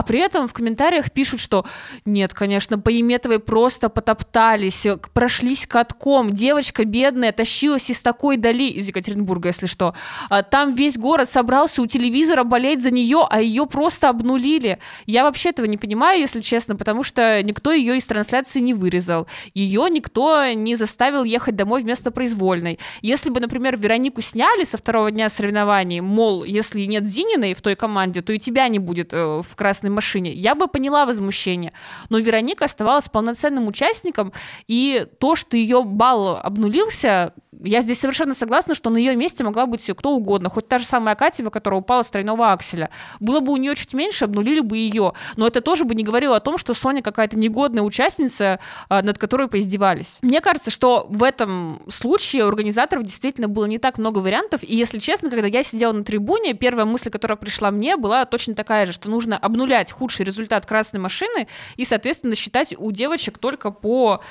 в комментариях пишут, что нет, конечно, по Еметовой просто потоптались, прошлись катком, девочка бедная тащилась из такой дали, из Екатеринбурга, если что. Там весь город собрался у телевизора болеть за нее, а ее просто обнулили. Я вообще этого не понимаю, если честно, потому что никто ее из трансляции не вырезал. Ее никто не заставил ехать домой вместо произвольной. Если бы, например, Веронику сняли со второго дня соревнований, мол, если нет Зининой в той команде, то и тебя не будет в красной машине, я бы поняла возмущение. Но Вероника оставалась полноценным участником, и то, что ее балл обнулился, я здесь совершенно согласна, что на ее месте могла быть кто угодно, хоть та же самая Катева, которая упала с тройного акселя. Было бы у нее чуть меньше, обнулили бы ее. Но это тоже бы не говорило о том, что Соня какая-то негодная участница, над которой поиздевались. Мне кажется, что в этом случае у организаторов действительно было не так много вариантов, и, если честно, когда я сидела на трибуне, первая мысль, которая пришла мне, была точно такая же, что нужно обнулять худший результат красной машины и, соответственно, считать у девочек только по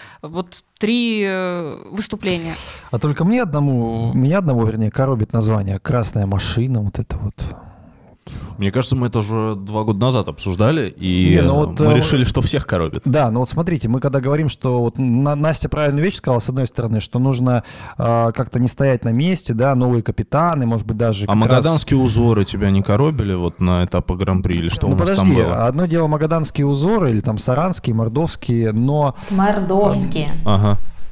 3 выступления. А только меня одному, вернее, коробит название «Красная машина», вот это вот. Мне кажется, мы это уже 2 года назад обсуждали, и мы решили, что всех коробит. Да, но вот смотрите, мы когда говорим, что вот Настя правильную вещь сказала, с одной стороны, что нужно как-то не стоять на месте, да, новые капитаны, может быть, даже... А магаданские узоры тебя не коробили вот на этапе Гран-при, или что у нас там было? Одно дело магаданские узоры, или там саранские, мордовские, но... Мордовские. Ага.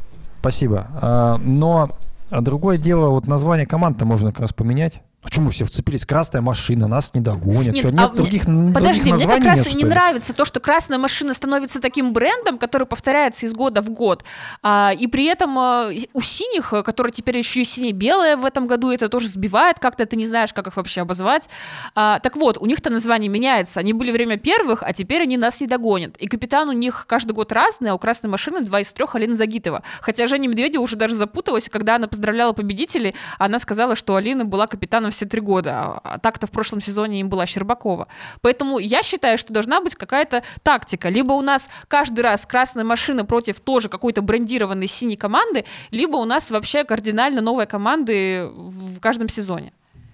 Спасибо. Но другое дело, вот название команд-то можно как раз поменять. Почему все вцепились? Красная машина, нас не догонят. Нет, других подожди, мне как раз нет, не нравится то, что красная машина становится таким брендом, который повторяется из года в год. И при этом у синих, которые теперь еще и сине-белые в этом году, это тоже сбивает как-то, ты не знаешь, как их вообще обозвать. Так вот, у них-то название меняется. Они были время первых, а теперь они нас не догонят. И капитан у них каждый год разный, а у красной машины 2 из 3 Алина Загитова. Хотя Женя Медведева уже даже запуталась, когда она поздравляла победителей, она сказала, что Алина была капитаном все 3 года, а так-то в прошлом сезоне им была Щербакова. Поэтому я считаю, что должна быть какая-то тактика. Либо у нас каждый раз красная машина против тоже какой-то брендированной синей команды, либо у нас вообще кардинально новые команды в каждом сезоне.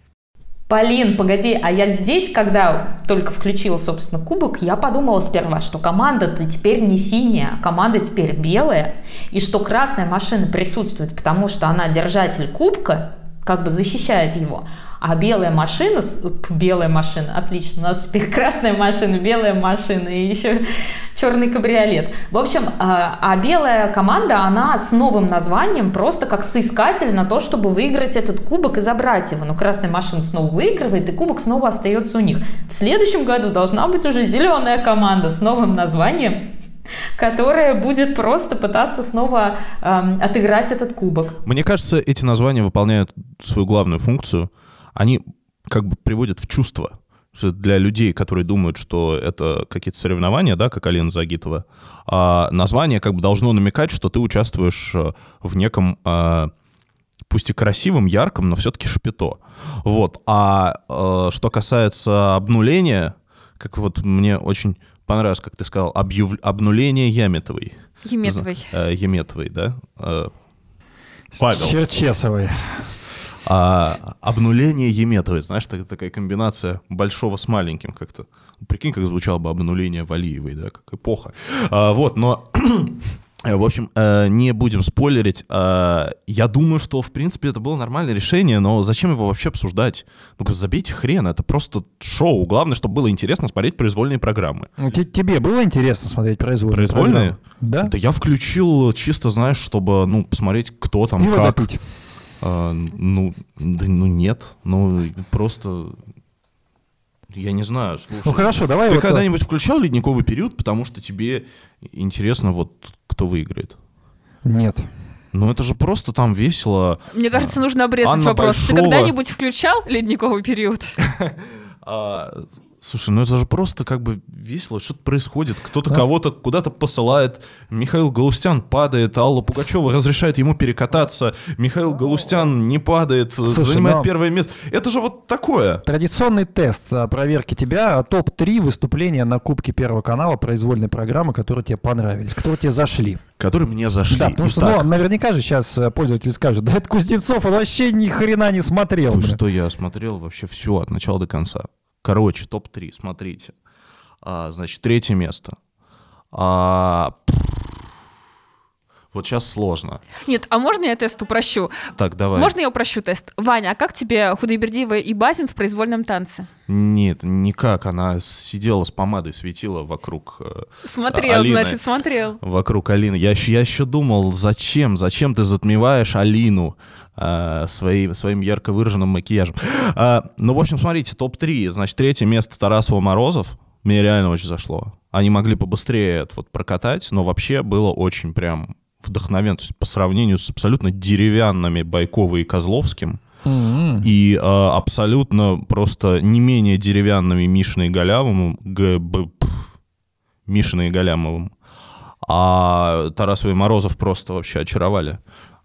Полин, погоди, а я здесь, когда только включила, собственно, кубок, я подумала сперва, что команда-то теперь не синяя, а команда теперь белая, и что красная машина присутствует, потому что она держатель кубка, как бы защищает его. А белая машина, отлично, у нас теперь красная машина, белая машина и еще черный кабриолет. В общем, а белая команда, она с новым названием просто как соискатель на то, чтобы выиграть этот кубок и забрать его. Но красная машина снова выигрывает, и кубок снова остается у них. В следующем году должна быть уже зеленая команда с новым названием, которая будет просто пытаться снова отыграть этот кубок. Мне кажется, эти названия выполняют свою главную функцию. Они как бы приводят в чувство. Для людей, которые думают, что это какие-то соревнования, да, как Алина Загитова, название как бы должно намекать, что ты участвуешь в неком, пусть и красивом, ярком, но все-таки шапито. Вот. А что касается обнуления, как вот мне очень понравилось, как ты сказал, обнуление Еметовой. Еметовой, да? Павел. Черчесовой. Обнуление Еметовой, знаешь, такая комбинация большого с маленьким как-то. Прикинь, как звучало бы обнуление Валиевой, да, как эпоха. Вот, но... В общем, не будем спойлерить. Я думаю, что, в принципе, это было нормальное решение, но зачем его вообще обсуждать? Ну, забейте хрен, это просто шоу. Главное, чтобы было интересно смотреть произвольные программы. Тебе было интересно смотреть произвольные? Произвольные? Да. Да я включил чисто, знаешь, чтобы, посмотреть, кто там, пиво как. Допить. Нет. Просто... Я не знаю, слушай. Ну хорошо, давай. Ты когда-нибудь включал ледниковый период, потому что тебе интересно, вот кто выиграет? Нет. Ну это же просто там весело. Мне кажется, нужно обрезать Анна вопрос. Большого... Ты когда-нибудь включал ледниковый период? Слушай, это же просто как бы весело, что-то происходит, кто-то кого-то куда-то посылает, Михаил Галустян падает, Алла Пугачева разрешает ему перекататься, Михаил Галустян не падает, занимает первое место. Это же вот такое. Традиционный тест проверки тебя, топ-3 выступления на Кубке Первого канала произвольной программы, которые тебе понравились, которые тебе зашли. Которые мне зашли. Да, потому что, наверняка же сейчас пользователь скажет, да это Кузнецов, он вообще ни хрена не смотрел. Что я смотрел вообще все от начала до конца. Короче, топ-3, смотрите. Значит, 3 место. Вот сейчас сложно. Нет, а можно я тест упрощу? Так, давай. Можно я упрощу тест? Ваня, а как тебе Худайбердиева и Базин в произвольном танце? Нет, никак. Она сидела с помадой, светила вокруг Смотрел, Алины. значит, смотрел. Вокруг Алины. Я еще думал, зачем ты затмеваешь Алину своим ярко выраженным макияжем. Ну, в общем, смотрите, топ-3. Значит, 3 место Тарасова-Морозов. Мне реально очень зашло. Они могли побыстрее это вот прокатать, но вообще было очень прям вдохновенно. То есть по сравнению с абсолютно деревянными Байковой и Козловским и абсолютно просто не менее деревянными Мишиной и Галямовым, Мишиной и Галямовым, а Тарасов и Морозов просто вообще очаровали.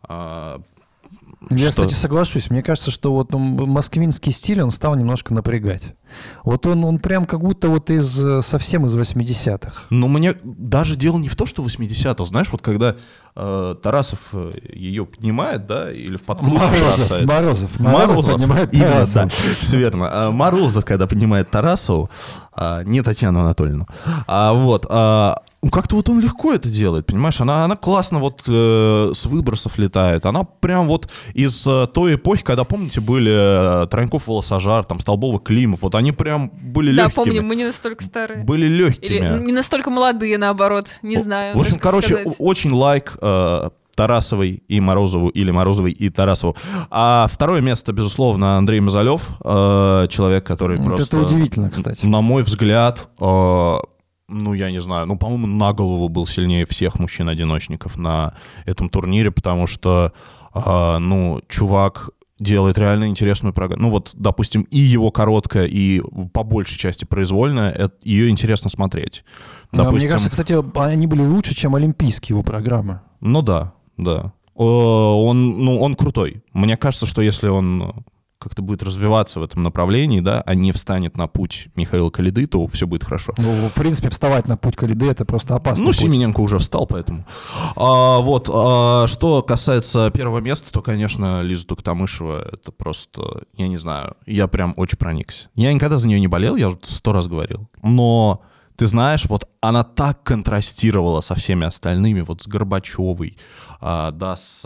Я, кстати, соглашусь. Мне кажется, что вот москвинский стиль, он стал немножко напрягать. Вот он прям как будто вот совсем из 80-х. Но мне даже дело не в том, что 80-х. Знаешь, вот когда Тарасов ее поднимает, да, или в подклуб бросает. Морозов поднимает именно, Тарасова. Да, все верно. Морозов, когда поднимает Тарасову, не Татьяну Анатольевну, как-то вот он легко это делает, понимаешь? Она классно вот с выбросов летает. Она прям вот из той эпохи, когда, помните, были Троньков-Волосожар, там, Столбова-Климов, вот они прям были легкими. Да, помню, мы не настолько старые. Были легкими. Или не настолько молодые, наоборот, не знаю. В общем, короче, очень лайк Тарасовой и Морозову, или Морозовой и Тарасову. А 2 место, безусловно, Андрей Мазалев, человек, который вот просто... Это удивительно, кстати. На мой взгляд... Ну, я не знаю, по-моему, на голову был сильнее всех мужчин-одиночников на этом турнире, потому что, чувак делает реально интересную программу. Ну, вот, допустим, и его короткая, и по большей части произвольная, ее интересно смотреть. Допустим, мне кажется, кстати, они были лучше, чем олимпийские его программы. Ну, да. Он крутой. Мне кажется, что если он как-то будет развиваться в этом направлении, да, а не встанет на путь Михаила Калиды, то все будет хорошо. Ну, в принципе, вставать на путь Калиды — это просто опасно. Семененко уже встал, поэтому. Что касается 1 места, то, конечно, Лиза Туктамышева, это просто, я не знаю, я прям очень проникся. Я никогда за нее не болел, я уже 100 раз говорил. Но, ты знаешь, вот она так контрастировала со всеми остальными, вот с Горбачевой, с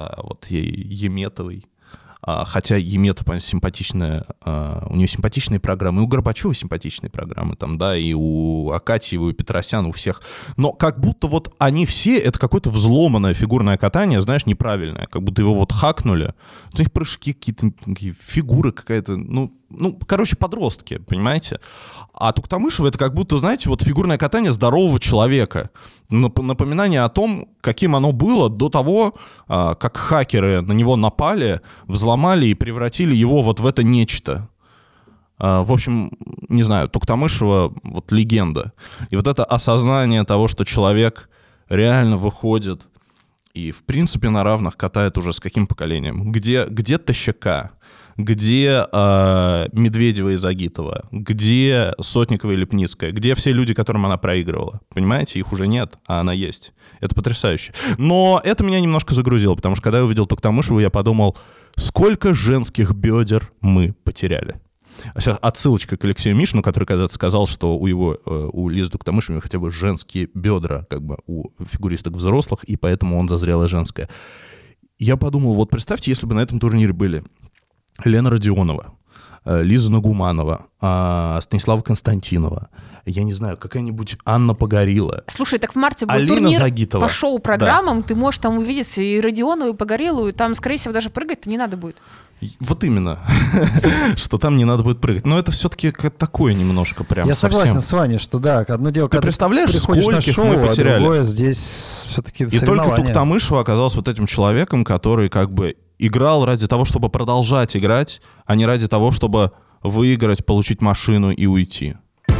Еметовой. Хотя Еметов, понятно, симпатичная, у нее симпатичные программы, и у Горбачева симпатичные программы, там, да, и у Акатьева, и у Петросяна, у всех. Но как будто вот они все, это какое-то взломанное фигурное катание, знаешь, неправильное, как будто его вот хакнули. У них прыжки какие-то, фигуры какая-то, подростки, понимаете? А Туктамышева — это как будто, знаете, вот фигурное катание здорового человека. Напоминание о том, каким оно было до того, как хакеры на него напали, взломали и превратили его вот в это нечто. В общем, не знаю, Туктамышева вот легенда. И вот это осознание того, что человек реально выходит и, в принципе, на равных катает уже с каким поколением? Где Тощака? Где Медведева и Загитова? Где Сотникова и Лепницкая? Где все люди, которым она проигрывала? Понимаете, их уже нет, а она есть. Это потрясающе. Но это меня немножко загрузило, потому что когда я увидел Туктамышеву, я подумал, сколько женских бедер мы потеряли. Сейчас отсылочка к Алексею Мишину, который когда-то сказал, что у Лизы Туктамышевой хотя бы женские бедра, как бы у фигуристок взрослых, и поэтому он за зрелое женское. Я подумал, вот представьте, если бы на этом турнире были Лена Родионова, Лиза Нагуманова, Станислава Константинова, я не знаю, какая-нибудь Анна Погорила. Слушай, так в марте был Алина турнир Загитова. по шоу-программам, да. Ты можешь там увидеть и Родионову, и Погорелу, и там, скорее всего, даже прыгать-то не надо будет. Вот именно, что там не надо будет прыгать. Но это все-таки такое немножко прям Я совсем. Согласен с Ваней, что да, одно дело, ты когда представляешь, приходишь на шоу, мы потеряли. А другое здесь все-таки и только Туктамышева оказалась вот этим человеком, который как бы играл ради того, чтобы продолжать играть, а не ради того, чтобы выиграть, получить машину и уйти.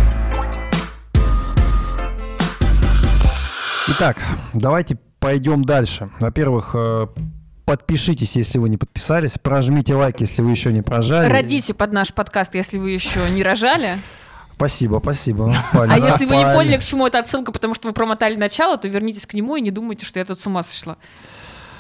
Итак, давайте пойдем дальше. Во-первых, подпишитесь, если вы не подписались. Прожмите лайк, если вы еще не прожали. Родите под наш подкаст, если вы еще не рожали. Спасибо. А если вы не поняли, к чему эта отсылка, потому что вы промотали начало, то вернитесь к нему и не думайте, что я тут с ума сошла.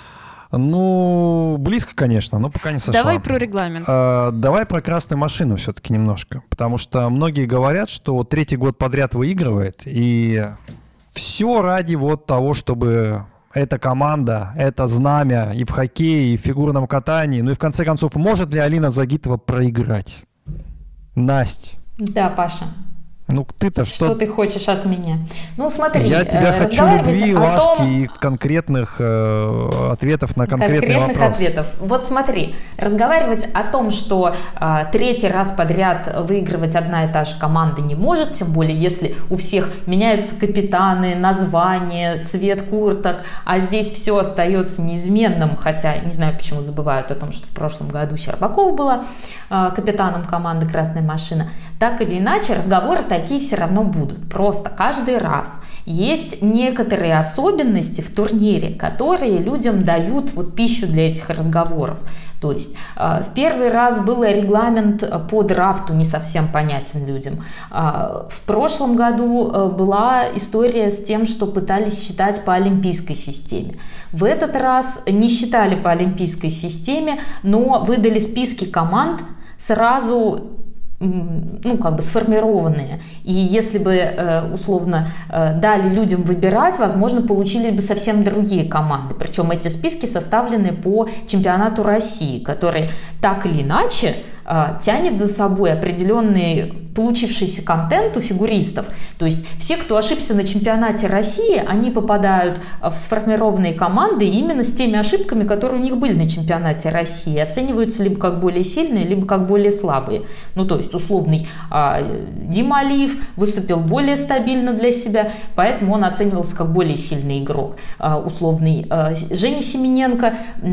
Ну, близко, конечно, но пока не сошла. Давай про регламент. Давай про красную машину все-таки немножко. Потому что многие говорят, что третий год подряд выигрывает. И все ради вот того, чтобы эта команда, это знамя и в хоккее, и в фигурном катании. Ну и в конце концов, может ли Алина Загитова проиграть? Настя. Да, Паша. Ну, ты-то что ты хочешь от меня? Ну, смотри, я тебя хочу любви, ласки и конкретных ответов на конкретные вопросы. Ответов. Вот смотри, разговаривать о том, что третий раз подряд выигрывать одна и та же команда не может, тем более если у всех меняются капитаны, названия, цвет курток, а здесь все остается неизменным, хотя не знаю, почему забывают о том, что в прошлом году Щербакова была капитаном команды «Красная машина». Так или иначе, разговоры такие все равно будут. Просто каждый раз есть некоторые особенности в турнире, которые людям дают вот пищу для этих разговоров. То есть в первый раз был регламент по драфту не совсем понятен людям. В прошлом году была история с тем, что пытались считать по олимпийской системе. В этот раз не считали по олимпийской системе, но выдали списки команд сразу, ну, как бы сформированные. И если бы, условно, дали людям выбирать, возможно, получились бы совсем другие команды. Причем эти списки составлены по чемпионату России, который так или иначе тянет за собой определенный получившийся контент у фигуристов. То есть все, кто ошибся на чемпионате России, они попадают в сформированные команды именно с теми ошибками, которые у них были на чемпионате России. Оцениваются либо как более сильные, либо как более слабые. Ну, то есть условный Дима Алиев выступил более стабильно для себя, поэтому он оценивался как более сильный игрок. Условный Женя Семененко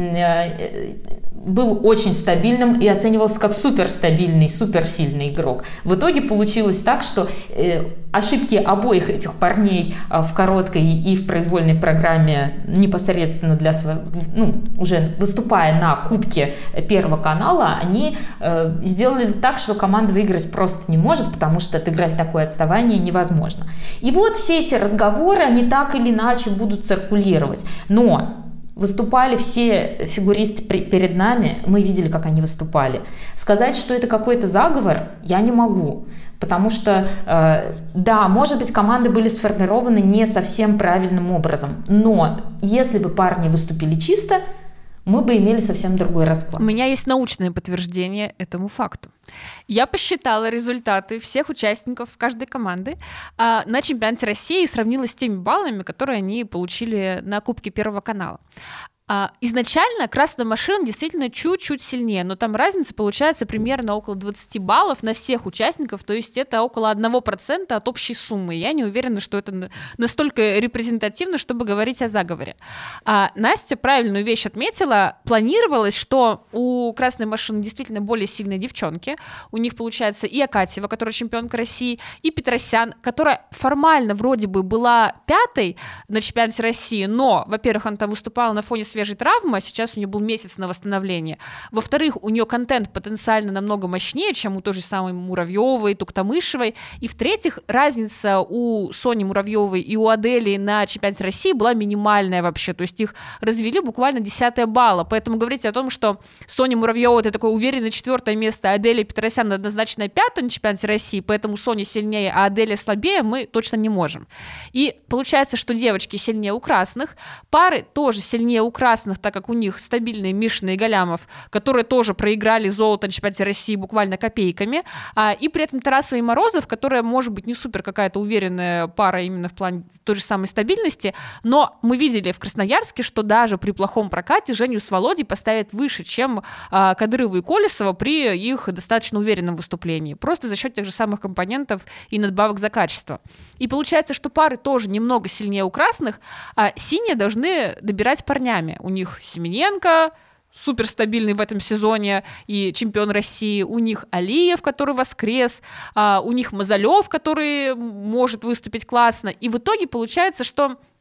был очень стабильным и оценивался как суперстабильный, суперсильный игрок. В итоге получилось так, что ошибки обоих этих парней в короткой и в произвольной программе непосредственно для своего, ну, уже выступая на Кубке Первого канала, они сделали так, что команда выиграть просто не может, потому что отыграть такое отставание невозможно. И вот все эти разговоры, они так или иначе будут циркулировать. Но выступали все фигуристы перед нами, мы видели, как они выступали. Сказать, что это какой-то заговор, я не могу. Потому что, да, может быть, команды были сформированы не совсем правильным образом. Но если бы парни выступили чисто, мы бы имели совсем другой расклад. У меня есть научное подтверждение этому факту. Я посчитала результаты всех участников каждой команды на чемпионате России и сравнила с теми баллами, которые они получили на Кубке Первого канала. Изначально красная машина действительно чуть-чуть сильнее, но там разница получается примерно около 20 баллов на всех участников, то есть это около 1% от общей суммы. Я не уверена, что это настолько репрезентативно, чтобы говорить о заговоре. Настя правильную вещь отметила. Планировалось, что у красной машины действительно более сильные девчонки. У них получается и Акатьева, которая чемпионка России, и Петросян, которая формально вроде бы была 5-й на чемпионате России, но, во-первых, она там выступала на фоне свежей травмы, а сейчас у нее был месяц на восстановление. Во-вторых, у нее контент потенциально намного мощнее, чем у той же самой Муравьевой, Туктамышевой. И в-третьих, разница у Сони Муравьевой и у Адели на чемпионате России была минимальная вообще. То есть их развели буквально 10 балла. Поэтому говорить о том, что Соня Муравьева — это такое уверенное 4 место, а Аделия Петросян однозначно 5 на чемпионате России, поэтому Соня сильнее, а Аделия слабее, мы точно не можем. И получается, что девочки сильнее у красных, пары тоже сильнее у красных, так как у них стабильные Мишина и Галямов, которые тоже проиграли золото на чемпионате России буквально копейками, и при этом Тарасова и Морозов, которая может быть не супер какая-то уверенная пара именно в плане той же самой стабильности, но мы видели в Красноярске, что даже при плохом прокате Женю с Володей поставят выше, чем Кадырова и Колесова при их достаточно уверенном выступлении, просто за счет тех же самых компонентов и надбавок за качество. И получается, что пары тоже немного сильнее у красных, а синие должны добирать парнями. У них Семененко, суперстабильный в этом сезоне и чемпион России, у них Алиев, который воскрес, у них Мазалев, который может выступить классно. И в итоге получается, что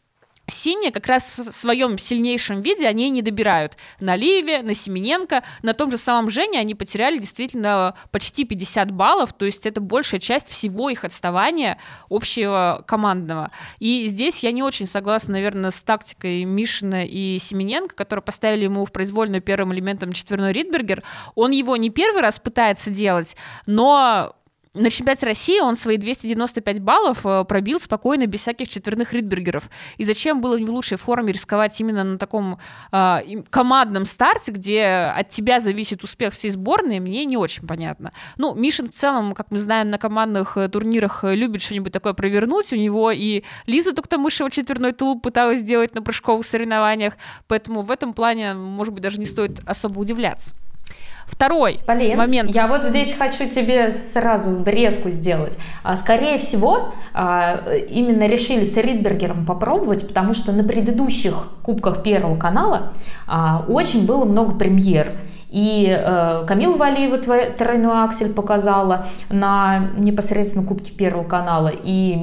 Синие как раз в своем сильнейшем виде они не добирают. На Ливе, на Семененко, на том же самом Жене они потеряли действительно почти 50 баллов, то есть это большая часть всего их отставания общего командного. И здесь я не очень согласна, наверное, с тактикой Мишина и Семененко, которые поставили ему в произвольную первым элементом четверной Ридбергер. Он его не первый раз пытается делать, но на чемпионате России он свои 295 баллов пробил спокойно, без всяких четверных Ридбергеров. И зачем было не в лучшей форме рисковать именно на таком командном старте, где от тебя зависит успех всей сборной, мне не очень понятно. Ну, Мишин в целом, как мы знаем, на командных турнирах любит что-нибудь такое провернуть. У него и Лиза Туктамышева четверной тулуп пыталась сделать на прыжковых соревнованиях, поэтому в этом плане, может быть, даже не стоит особо удивляться. Второй момент. Я вот здесь хочу тебе сразу врезку сделать. Скорее всего, именно решили с Ридбергером попробовать, потому что на предыдущих кубках Первого канала очень было много премьер. И Камила Валиева тройной аксель показала на непосредственно Кубке Первого канала, и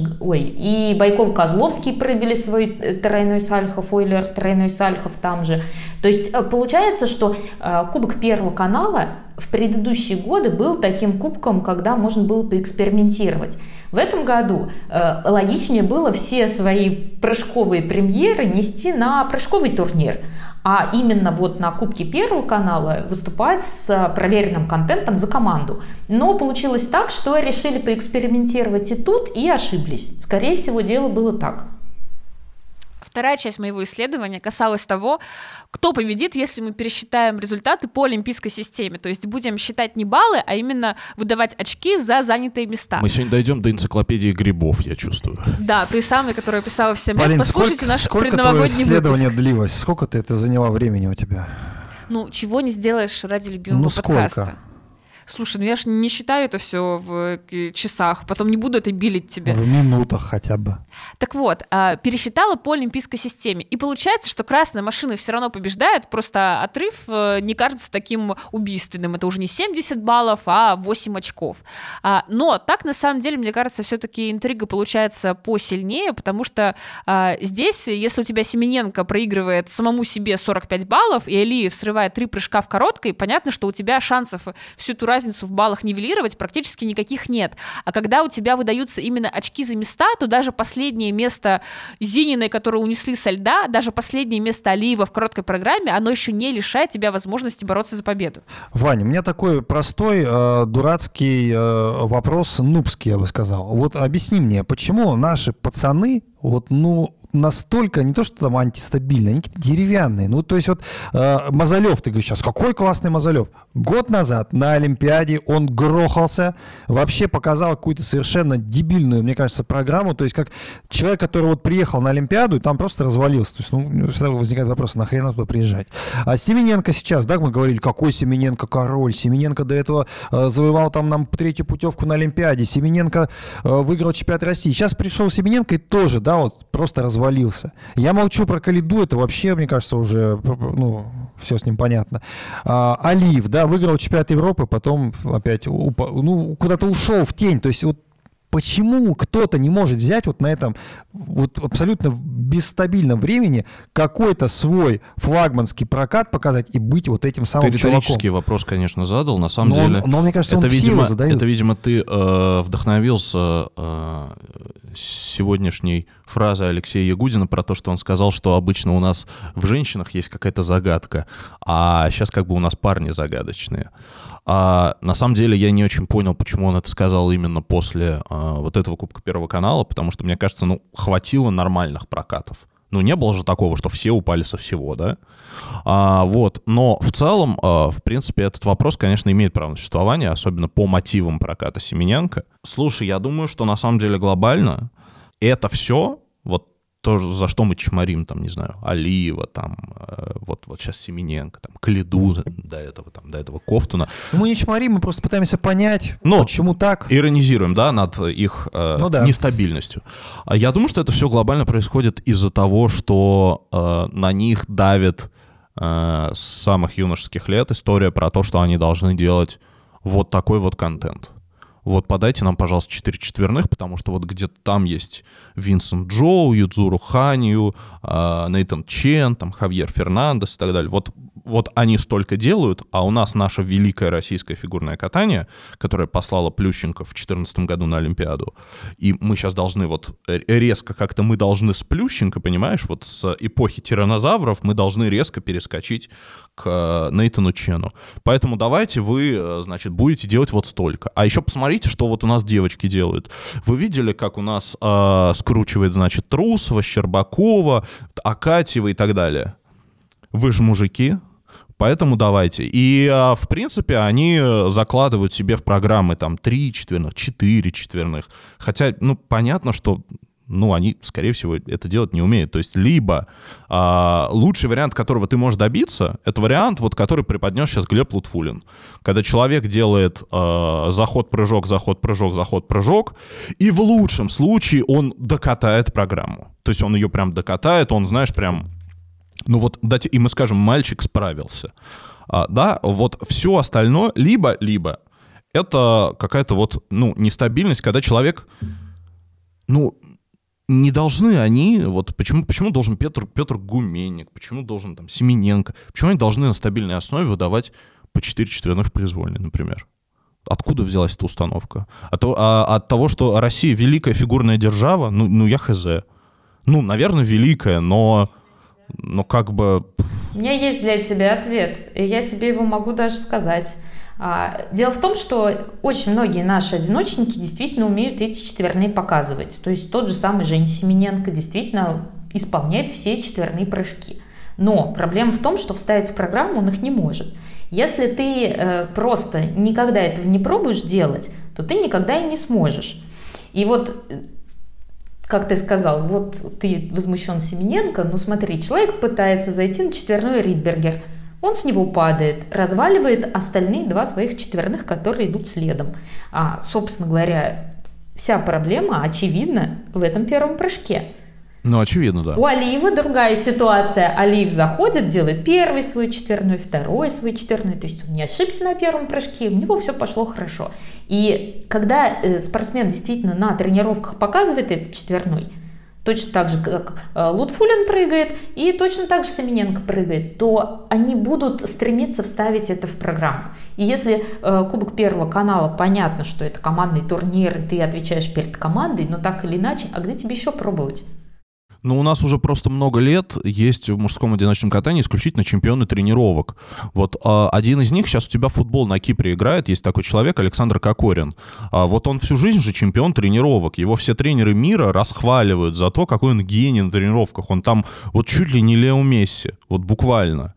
и Байков-Козловский прыгали свой тройной Сальхов, Ойлер тройной Сальхов там же. То есть получается, что Кубок Первого канала в предыдущие годы был таким кубком, когда можно было поэкспериментировать. В этом году логичнее было все свои прыжковые премьеры нести на прыжковый турнир, а именно вот на Кубке Первого канала выступать с проверенным контентом за команду. Но получилось так, что решили поэкспериментировать и тут, и ошиблись. Скорее всего, дело было так. Вторая часть моего исследования касалась того, кто победит, если мы пересчитаем результаты по олимпийской системе. То есть будем считать не баллы, а именно выдавать очки за занятые места. Мы сегодня дойдем до энциклопедии грибов, я чувствую. Да, той самой, которая писала всем. Полин, послушайте наш предновогодний выпуск. Сколько твое исследование выпуск. длилось? Сколько это заняло времени у тебя? Ну, чего не сделаешь ради любимого подкаста. Сколько? Слушай, ну я же не считаю это все в часах, потом не буду это билить тебе. В минутах хотя бы. Так вот, пересчитала по олимпийской системе. И получается, что красная машина все равно побеждает, просто отрыв не кажется таким убийственным. Это уже не 70 баллов, а 8 очков. Но так, на самом деле, мне кажется, все-таки интрига получается посильнее, потому что здесь, если у тебя Семененко проигрывает самому себе 45 баллов, и Алиев срывает 3 прыжка в короткой, понятно, что у тебя шансов всю эту разницу в баллах нивелировать практически никаких нет. А когда у тебя выдаются именно очки за места, то даже последнее место Зининой, которое унесли со льда, даже последнее место Алиева в короткой программе, оно еще не лишает тебя возможности бороться за победу. Ваня, у меня такой простой, дурацкий вопрос, нубский, я бы сказал. Вот объясни мне, почему наши пацаны, настолько, не то что там антистабильные, они какие-то деревянные. Ну, то есть вот Мазалев, ты говоришь сейчас, какой классный Мазалев. Год назад на Олимпиаде он грохался, вообще показал какую-то совершенно дебильную, мне кажется, программу. То есть как человек, который вот приехал на Олимпиаду и там просто развалился. То есть, возникает вопрос, нахрена туда приезжать. А Семененко сейчас, да, мы говорили, какой Семененко король. Семененко до этого завоевал там нам 3-ю путевку на Олимпиаде. Семененко выиграл чемпионат России. Сейчас пришел Семененко и тоже, да, вот просто развалился. Я молчу про Калиду, это вообще, мне кажется, уже, все с ним понятно. Алиев, да, выиграл чемпионат Европы, потом опять куда-то ушел в тень. То есть вот почему кто-то не может взять вот на этом вот абсолютно бесстабильном времени какой-то свой флагманский прокат показать и быть вот этим самым чуваком? Ты риторический вопрос, конечно, задал. На самом деле... Но мне кажется, он все его задает. Это, видимо, ты вдохновился сегодняшней фразой Алексея Ягудина про то, что он сказал, что обычно у нас в женщинах есть какая-то загадка, а сейчас как бы у нас парни загадочные. На самом деле я не очень понял, почему он это сказал именно после вот этого Кубка Первого канала, потому что, мне кажется, хватило нормальных прокатов. Не было же такого, что все упали со всего, да? Но в целом, в принципе, этот вопрос, конечно, имеет право на существование, особенно по мотивам проката Семененко. Слушай, я думаю, что на самом деле глобально это все, вот то, за что мы чморим, там, не знаю, Алиева, там, вот сейчас Семененко, там, Калиду до этого Ковтуна. Мы не чморим, мы просто пытаемся понять, почему так. Иронизируем, да, над их нестабильностью. Я думаю, что это все глобально происходит из-за того, что на них давит с самых юношеских лет история про то, что они должны делать вот такой вот контент. Вот подайте нам, пожалуйста, 4 четверных, потому что вот где-то там есть Винсент Джоу, Юдзуру Ханью, Нейтан Чен, там Хавьер Фернандес и так далее. Вот они столько делают, а у нас наше великое российское фигурное катание, которое послало Плющенко в 2014 году на Олимпиаду, и мы сейчас должны вот резко как-то мы должны с Плющенко, понимаешь, вот с эпохи тираннозавров мы должны резко перескочить к Нейтану Чену. Поэтому давайте вы, значит, будете делать вот столько. А еще посмотрите, что вот у нас девочки делают. Вы видели, как у нас скручивает, значит, Трусова, Щербакова, Акатьева и так далее? Вы же мужики. Поэтому давайте. И, в принципе, они закладывают себе в программы там 3 четверных, 4 четверных. Хотя, понятно, что, они, скорее всего, это делать не умеют. То есть, либо лучший вариант, которого ты можешь добиться, это вариант, вот, который преподнес сейчас Глеб Лутфулин. Когда человек делает заход-прыжок, заход-прыжок, заход-прыжок, и в лучшем случае он докатает программу. То есть, он ее прям докатает, он, знаешь, прям... и мы скажем, мальчик справился. Да, вот все остальное, либо это какая-то вот, нестабильность, когда человек, не должны они, вот почему должен Петр Гуменник, почему должен там Семененко, почему они должны на стабильной основе выдавать по 4 четверных в произвольной, например? Откуда взялась эта установка? От того, что Россия великая фигурная держава, я хз. Наверное, великая, но как бы... У меня есть для тебя ответ, и я тебе его могу даже сказать. Дело в том, что очень многие наши одиночники действительно умеют эти четверные показывать. То есть тот же самый Женя Семененко действительно исполняет все четверные прыжки. Но проблема в том, что вставить в программу он их не может. Если ты просто никогда этого не пробуешь делать, то ты никогда и не сможешь. И вот... Как ты сказал, вот ты возмущен Семененко, смотри, человек пытается зайти на четверной Ридбергер, он с него падает, разваливает остальные 2 своих четверных, которые идут следом. Собственно говоря, вся проблема, очевидна, в этом первом прыжке. Очевидно, да. У Алиева другая ситуация. Алиев заходит, делает первый свой четверной, второй свой четверной. То есть он не ошибся на первом прыжке, у него все пошло хорошо. И когда спортсмен действительно на тренировках показывает этот четверной, точно так же, как Лутфулин прыгает, и точно так же Семененко прыгает, то они будут стремиться вставить это в программу. И если Кубок Первого канала, понятно, что это командный турнир, и ты отвечаешь перед командой, но так или иначе, а где тебе еще пробовать? У нас уже просто много лет есть в мужском одиночном катании исключительно чемпионы тренировок. Вот один из них сейчас у тебя футбол на Кипре играет, есть такой человек, Александр Кокорин. Вот он всю жизнь же чемпион тренировок. Его все тренеры мира расхваливают за то, какой он гений на тренировках. Он там вот чуть ли не Лео Месси, вот буквально.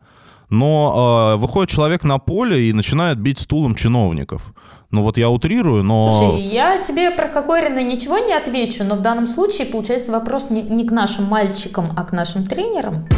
Но выходит человек на поле и начинает бить стулом чиновников. Вот я утрирую, но... Слушай, я тебе про Кокорина ничего не отвечу, но в данном случае получается вопрос не к нашим мальчикам, а к нашим тренерам.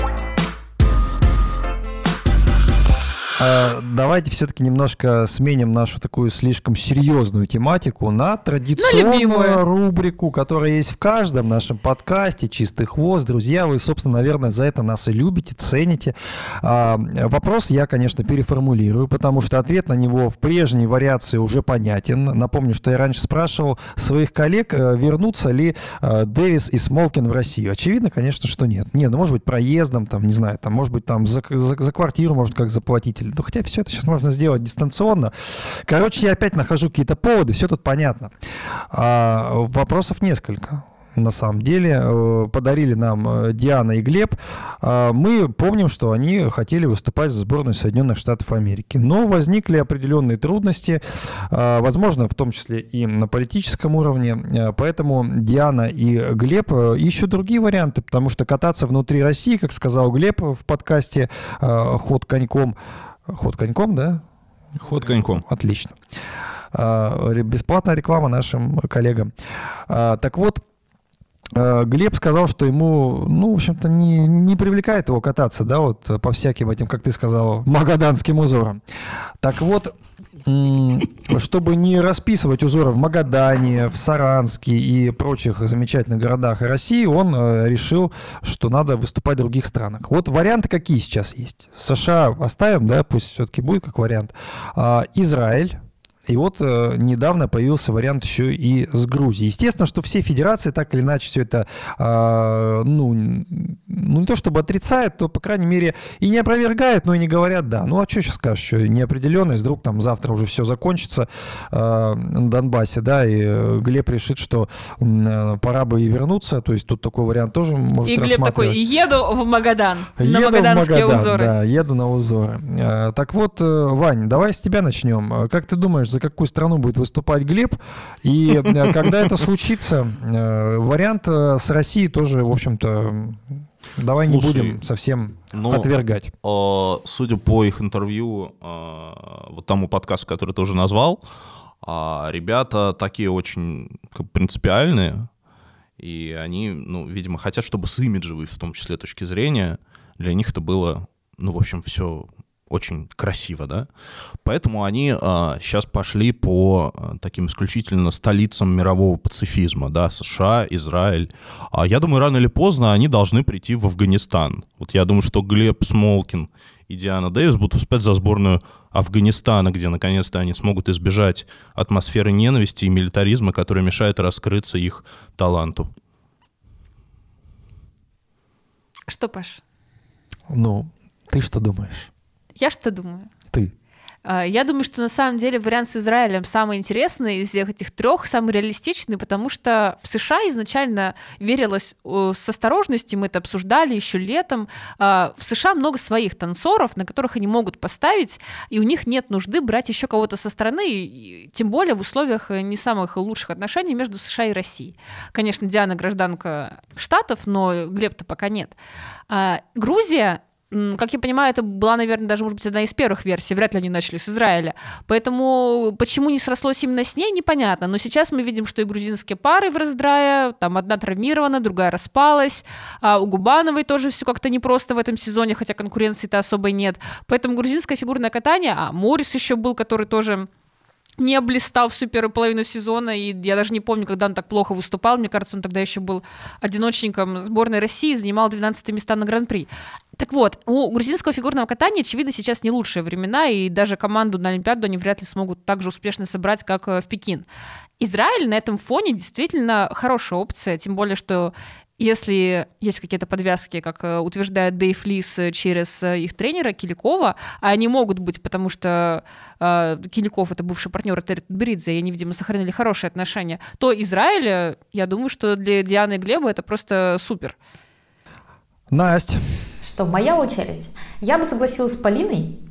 Давайте все-таки немножко сменим нашу такую слишком серьезную тематику на традиционную рубрику, которая есть в каждом нашем подкасте «Чистый хвост». Друзья, вы, собственно, наверное, за это нас и любите, цените. Вопрос я, конечно, переформулирую, потому что ответ на него в прежней вариации уже понятен. Напомню, что я раньше спрашивал своих коллег, вернутся ли Дэвис и Смолкин в Россию. Очевидно, конечно, что нет. Может быть, проездом, не знаю, может быть, за квартиру можно как заплатить. Хотя все это сейчас можно сделать дистанционно. Короче, я опять нахожу какие-то поводы, все тут понятно. Вопросов несколько. На самом деле, подарили нам Диана и Глеб. Мы помним, что они хотели выступать за сборную Соединенных Штатов Америки. Но возникли определенные трудности, возможно, в том числе и на политическом уровне. Поэтому Диана и Глеб ищут другие варианты, потому что кататься внутри России, как сказал Глеб в подкасте «Ход коньком», да? Ход коньком. Отлично. Бесплатная реклама нашим коллегам. Так вот, Глеб сказал, что ему, в общем-то, не привлекает его кататься, да, вот по всяким этим, как ты сказал, магаданским узорам. Так вот, чтобы не расписывать узоры в Магадане, в Саранске и прочих замечательных городах России, он решил, что надо выступать в других странах. Вот варианты какие сейчас есть. США оставим, да, пусть все-таки будет как вариант. Израиль И вот недавно появился вариант еще и с Грузией. Естественно, что все федерации так или иначе все это, не то чтобы отрицают, то, по крайней мере, и не опровергают, но и не говорят «да». Ну, а что сейчас скажешь, что неопределенность, вдруг там завтра уже все закончится на Донбассе, да, и Глеб решит, что пора бы и вернуться, то есть тут такой вариант тоже может рассматривать. И Глеб такой: еду в Магадан, на магаданские узоры. Да, еду на узоры. Так вот, Вань, давай с тебя начнем. Как ты думаешь, за какую страну будет выступать Глеб? И когда это случится, вариант с Россией тоже, в общем-то, давай не будем совсем отвергать. Судя по их интервью, вот тому подкасту, который ты уже назвал, ребята такие очень принципиальные, и они, видимо, хотят, чтобы с имиджевой, в том числе, точки зрения, для них это было, в общем, все очень красиво, да? Поэтому они сейчас пошли по таким исключительно столицам мирового пацифизма, да, США, Израиль. Я думаю, рано или поздно они должны прийти в Афганистан. Вот я думаю, что Глеб Смолкин и Диана Дэвис будут выступать за сборную Афганистана, где наконец-то они смогут избежать атмосферы ненависти и милитаризма, который мешает раскрыться их таланту. Что, Паш? Ты что думаешь? Я что думаю? Ты. Я думаю, что на самом деле вариант с Израилем самый интересный из всех этих трех, самый реалистичный, потому что в США изначально верилось с осторожностью, мы это обсуждали еще летом. В США много своих танцоров, на которых они могут поставить, и у них нет нужды брать еще кого-то со стороны, тем более в условиях не самых лучших отношений между США и Россией. Конечно, Диана гражданка Штатов, но Глеб-то пока нет. Грузия, как я понимаю, это была, наверное, даже, может быть, одна из первых версий. Вряд ли они начали с Израиля. Поэтому почему не срослось именно с ней, непонятно. Но сейчас мы видим, что и грузинские пары в раздрае. Там одна травмирована, другая распалась. У Губановой тоже все как-то непросто в этом сезоне, хотя конкуренции-то особой нет. Поэтому грузинское фигурное катание, Морис еще был, который тоже не блистал всю первую половину сезона, и я даже не помню, когда он так плохо выступал. Мне кажется, он тогда еще был одиночником сборной России, занимал 12 места на Гран-при. Так вот, у грузинского фигурного катания, очевидно, сейчас не лучшие времена, и даже команду на Олимпиаду они вряд ли смогут так же успешно собрать, как в Пекин. Израиль на этом фоне действительно хорошая опция, тем более, что если есть какие-то подвязки, как утверждает Дэйв Лис через их тренера Киликова, а они могут быть, потому что Киликов — это бывший партнер Терри Тутберидзе, и они, видимо, сохранили хорошие отношения, то Израиль, я думаю, что для Дианы и Глеба это просто супер. Настя. Что, моя очередь? Я бы согласилась с Полиной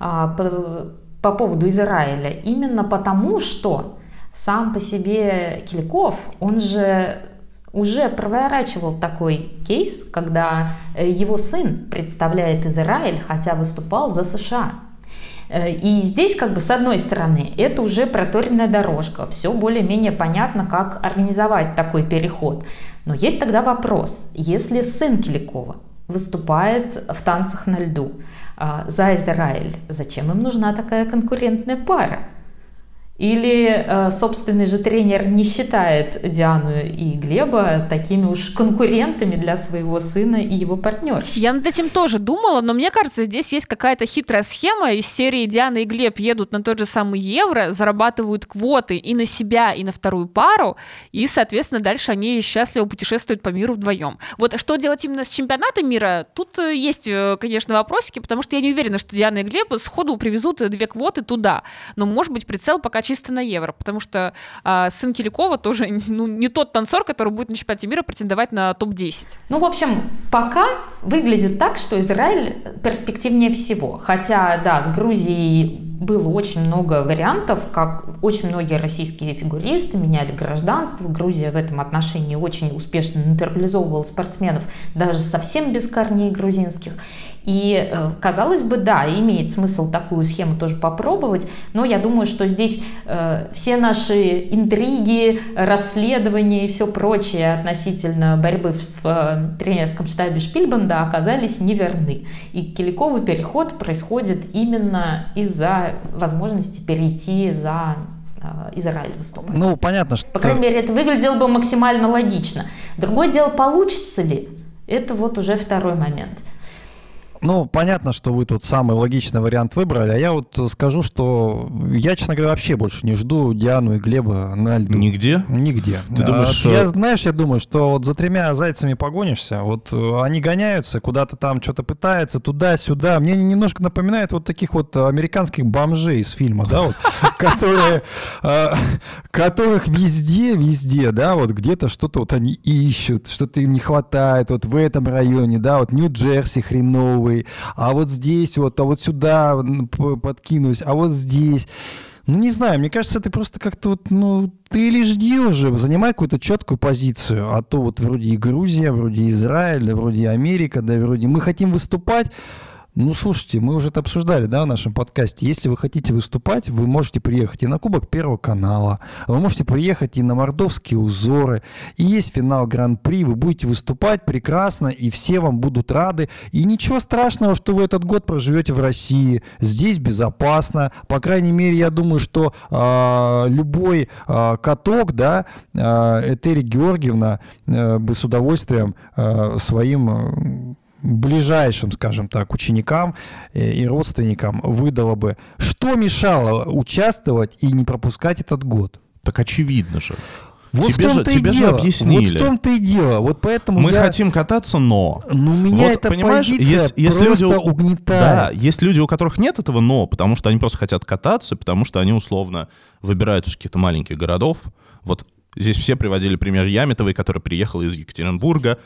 по поводу Израиля, именно потому, что сам по себе Киликов, он же уже проворачивал такой кейс, когда его сын представляет Израиль, хотя выступал за США. И здесь, с одной стороны, это уже проторенная дорожка, все более-менее понятно, как организовать такой переход. Но есть тогда вопрос: если сын Киликова выступает в танцах на льду за Израиль, зачем им нужна такая конкурентная пара? Или собственный же тренер не считает Диану и Глеба такими уж конкурентами для своего сына и его партнерши? Я над этим тоже думала, но мне кажется, здесь есть какая-то хитрая схема. Из серии Диана и Глеб едут на тот же самый Евро, зарабатывают квоты и на себя, и на вторую пару, и, соответственно, дальше они счастливо путешествуют по миру вдвоем. Вот что делать именно с чемпионатом мира, тут есть, конечно, вопросики, потому что я не уверена, что Диана и Глеб сходу привезут 2 квоты туда. Но, может быть, прицел пока чисто на Евро, потому что сын Киликова тоже не тот танцор, который будет на чемпионате мира претендовать на топ-10. В общем, пока выглядит так, что Израиль перспективнее всего. Хотя, да, с Грузией было очень много вариантов, как очень многие российские фигуристы меняли гражданство. Грузия в этом отношении очень успешно натурализовывала спортсменов, даже совсем без корней грузинских. И, казалось бы, да, имеет смысл такую схему тоже попробовать, но я думаю, что здесь все наши интриги, расследования и все прочее относительно борьбы в тренерском штабе Шпильбанда оказались неверны. И Киликовый переход происходит именно из-за возможности перейти за Израиль выступать. Понятно, что... По крайней мере, это выглядело бы максимально логично. Другое дело, получится ли, это вот уже второй момент. Ну, понятно, что вы тут самый логичный вариант выбрали, а я вот скажу, что я, честно говоря, вообще больше не жду Диану и Глеба на льду. Нигде? Нигде. Ты думаешь, я думаю, что вот за 3 зайцами погонишься, вот они гоняются, куда-то там что-то пытаются, туда-сюда. Мне немножко напоминает вот таких вот американских бомжей из фильма, да, вот, которых везде, да, вот где-то что-то вот они ищут, что-то им не хватает, вот в этом районе, да, вот Нью-Джерси хреновый, а вот здесь вот, а вот сюда подкинусь, а вот здесь. Ну, не знаю, мне кажется, ты просто как-то вот, ну, ты или жди уже, занимай какую-то четкую позицию, а то вот вроде и Грузия, вроде и Израиль, да, вроде и Америка, да, вроде мы хотим выступать. Ну, слушайте, мы уже это обсуждали, да, в нашем подкасте. Если вы хотите выступать, вы можете приехать и на Кубок Первого канала, вы можете приехать и на Мордовские узоры, и есть финал Гран-при, вы будете выступать прекрасно, и все вам будут рады. И ничего страшного, что вы этот год проживете в России. Здесь безопасно. По крайней мере, я думаю, что любой каток, да, Этери Георгиевна бы с удовольствием своим ближайшим, скажем так, ученикам и родственникам выдала бы. Что мешало участвовать и не пропускать этот год? Так очевидно же. Вот тебе же объяснили. Вот в том-то и дело. Вот поэтому мы хотим кататься, но... Ну, меня вот, эта позиция если просто угнетает. Да, есть люди, у которых нет этого «но», потому что они просто хотят кататься, потому что они условно выбираются из каких-то маленьких городов. Вот здесь все приводили пример Яметовой, которая приехала из Екатеринбурга,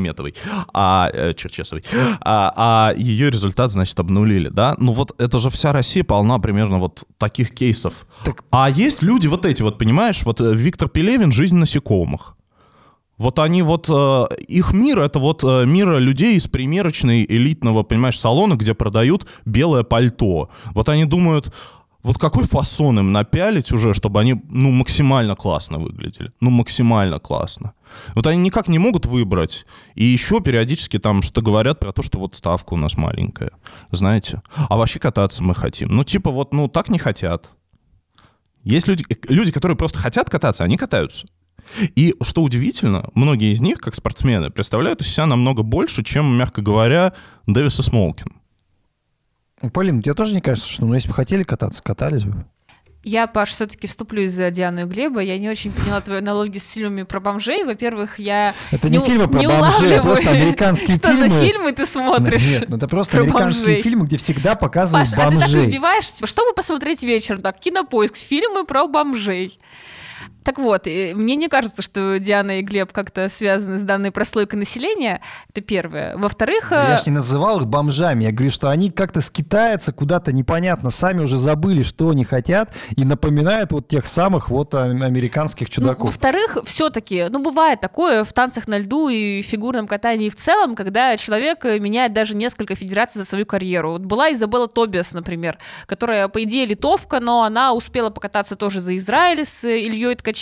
Черчесовой, а ее результат, значит, обнулили, да? Ну вот это же вся Россия полна примерно вот таких кейсов. А есть люди вот эти вот, понимаешь, вот Виктор Пелевин «Жизнь насекомых». Вот они вот, их мир, это вот мир людей из примерочной элитного, понимаешь, салона, где продают белое пальто. Вот они думают... Вот какой фасон им напялить уже, чтобы они, ну, максимально классно выглядели? Ну, максимально классно. Вот они никак не могут выбрать. И еще периодически там что-то говорят про то, что вот ставка у нас маленькая. Знаете? А вообще кататься мы хотим. Ну, типа вот, ну, так не хотят. Есть люди, которые просто хотят кататься, они катаются. И, что удивительно, многие из них, как спортсмены, представляют из себя намного больше, чем, мягко говоря, Дэвис и Смолкин. Полин, тебе тоже не кажется, что, ну, если бы хотели кататься, катались бы? Я, Паш, все-таки вступлюсь за Диану и Глеба. Я не очень поняла твою аналогию с фильмами про бомжей. Во-первых, я это не фильмы про бомжей, а просто американские фильмы. Что за фильмы ты смотришь? Нет, это просто американские фильмы, где всегда показывают Паш, бомжей. А ты так избиваешь, типа, чтобы посмотреть вечером? Так, Кинопоиск, фильмы про бомжей. Так вот, мне не кажется, что Диана и Глеб как-то связаны с данной прослойкой населения. Это первое. Во-вторых... Да я ж не называл их бомжами. Я говорю, что они как-то скитаются куда-то непонятно, сами уже забыли, что они хотят, и напоминают вот тех самых вот американских чудаков. Ну, во-вторых, все-таки, ну, бывает такое в танцах на льду и фигурном катании в целом, когда человек меняет даже несколько федераций за свою карьеру. Вот была Изабелла Тобиас, например, которая, по идее, литовка, но она успела покататься тоже за Израиль с Ильей Ткаченко,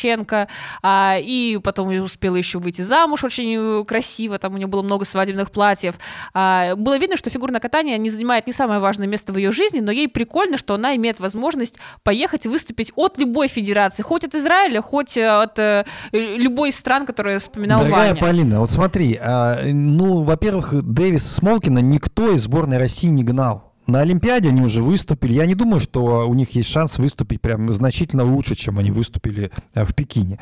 и потом успела еще выйти замуж очень красиво, там у нее было много свадебных платьев. Было видно, что фигурное катание не занимает не самое важное место в ее жизни, но ей прикольно, что она имеет возможность поехать и выступить от любой федерации, хоть от Израиля, хоть от любой из стран, которые вспоминал Ваня. Дорогая Полина, вот смотри, ну, во-первых, Дэвис Смолкина никто из сборной России не гнал. На Олимпиаде они уже выступили. Я не думаю, что у них есть шанс выступить прям значительно лучше, чем они выступили в Пекине.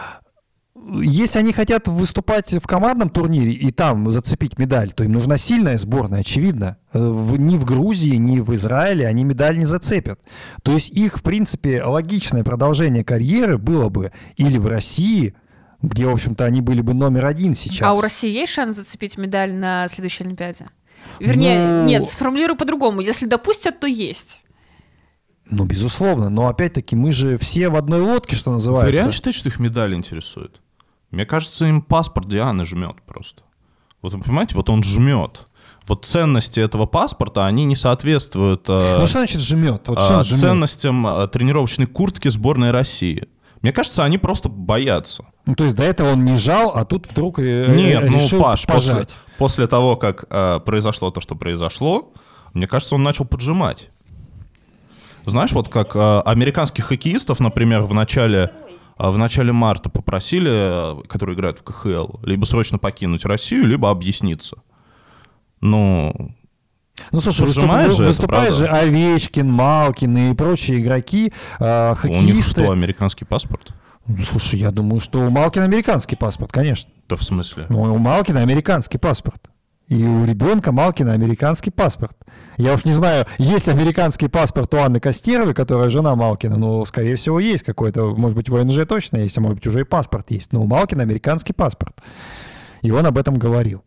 Если они хотят выступать в командном турнире и там зацепить медаль, то им нужна сильная сборная, очевидно. Ни в Грузии, ни в Израиле они медаль не зацепят. То есть их, в принципе, логичное продолжение карьеры было бы или в России, где, в общем-то, они были бы номер один сейчас. А у России есть шанс зацепить медаль на следующей Олимпиаде? Вернее, нет, сформулирую по-другому. Если допустят, то есть. Ну, безусловно. Но, опять-таки, мы же все в одной лодке, что называется. Вы реально считаете, что их медаль интересует? Мне кажется, им паспорт Дианы жмет просто. Вот вы понимаете, вот он жмет. Вот ценности этого паспорта, они не соответствуют ну, что значит жмет? Вот что жмет? Ценностям тренировочной куртки сборной России. Мне кажется, они просто боятся. Ну, то есть до этого он не жал, а тут вдруг решил Паш, пожать. После того, как произошло то, что произошло, мне кажется, он начал поджимать. Знаешь, вот как американских хоккеистов, например, в начале марта попросили, которые играют в КХЛ, либо срочно покинуть Россию, либо объясниться. Ну, Ну, слушай, выступают же Овечкин, Малкин и прочие игроки, хоккеисты. У них что, американский паспорт? Слушай, я думаю, что у Малкина американский паспорт, конечно. Да в смысле? Ну, у Малкина американский паспорт. И у ребенка Малкина американский паспорт. Я уж не знаю, есть американский паспорт у Анны Костеровой, которая жена Малкина, но, скорее всего, есть какой-то, может быть, в ВНЖ точно есть, а может быть, уже и паспорт есть. Но у Малкина американский паспорт. И он об этом говорил.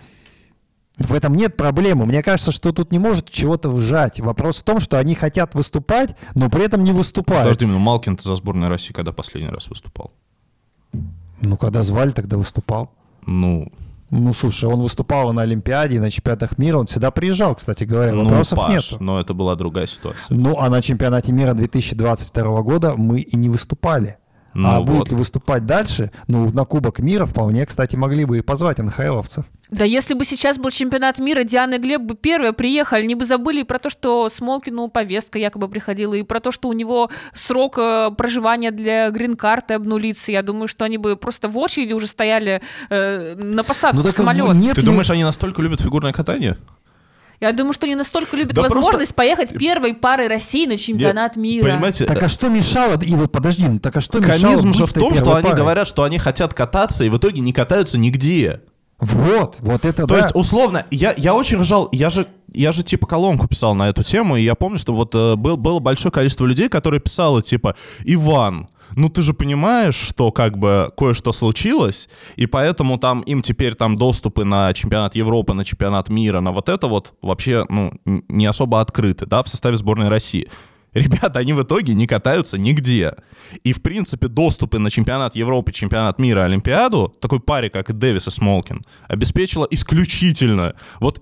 В этом нет проблемы. Мне кажется, что тут не может чего-то вжать. Вопрос в том, что они хотят выступать, но при этом не выступают. Подожди, ну Малкин-то за сборную России когда последний раз выступал? Ну, когда звали, тогда выступал. Ну, слушай, он выступал и на Олимпиаде, и на чемпионатах мира. Он всегда приезжал, кстати говоря. Вопросов Паш, нет. Но это была другая ситуация. Ну, а на чемпионате мира 2022 года мы и не выступали. Будут ли выступать дальше? Ну, на Кубок мира вполне, кстати, могли бы и позвать НХЛовцев. Да если бы сейчас был чемпионат мира, Диана и Глеб бы первые приехали, они бы забыли и про то, что Смолкину повестка якобы приходила, и про то, что у него срок проживания для грин-карты обнулится. Я думаю, что они бы просто в очереди уже стояли на посадку в самолет. Ты думаешь, они настолько любят фигурное катание? Я думаю, что они настолько любят возможность поехать первой парой России на чемпионат мира. Понимаете? Так а что мешало? И вот подожди, так а что мешало? Комизм же в том, что они говорят, что они хотят кататься, и в итоге не катаются нигде. Вот это То есть, условно, я очень ржал, я же типа колонку писал на эту тему, и я помню, что вот было большое количество людей, которые писало типа: Иван, ну ты же понимаешь, что как бы кое-что случилось, и поэтому там им теперь там доступы на чемпионат Европы, на чемпионат мира, на вот это вот вообще, ну, не особо открыты, да, в составе сборной России. Ребята, они в итоге не катаются нигде. И, в принципе, доступы на чемпионат Европы, чемпионат мира, Олимпиаду, такой паре, как и Дэвис и Смолкин, обеспечила исключительно,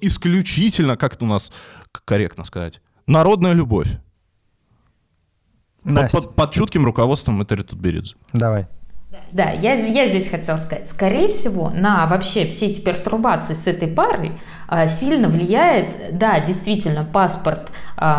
как это у нас корректно сказать, народная любовь. Под чутким руководством Этери Тутберидзе. Давай. Да, я здесь хотела сказать. Скорее всего, на вообще все эти пертурбации с этой парой сильно влияет, да, действительно, паспорт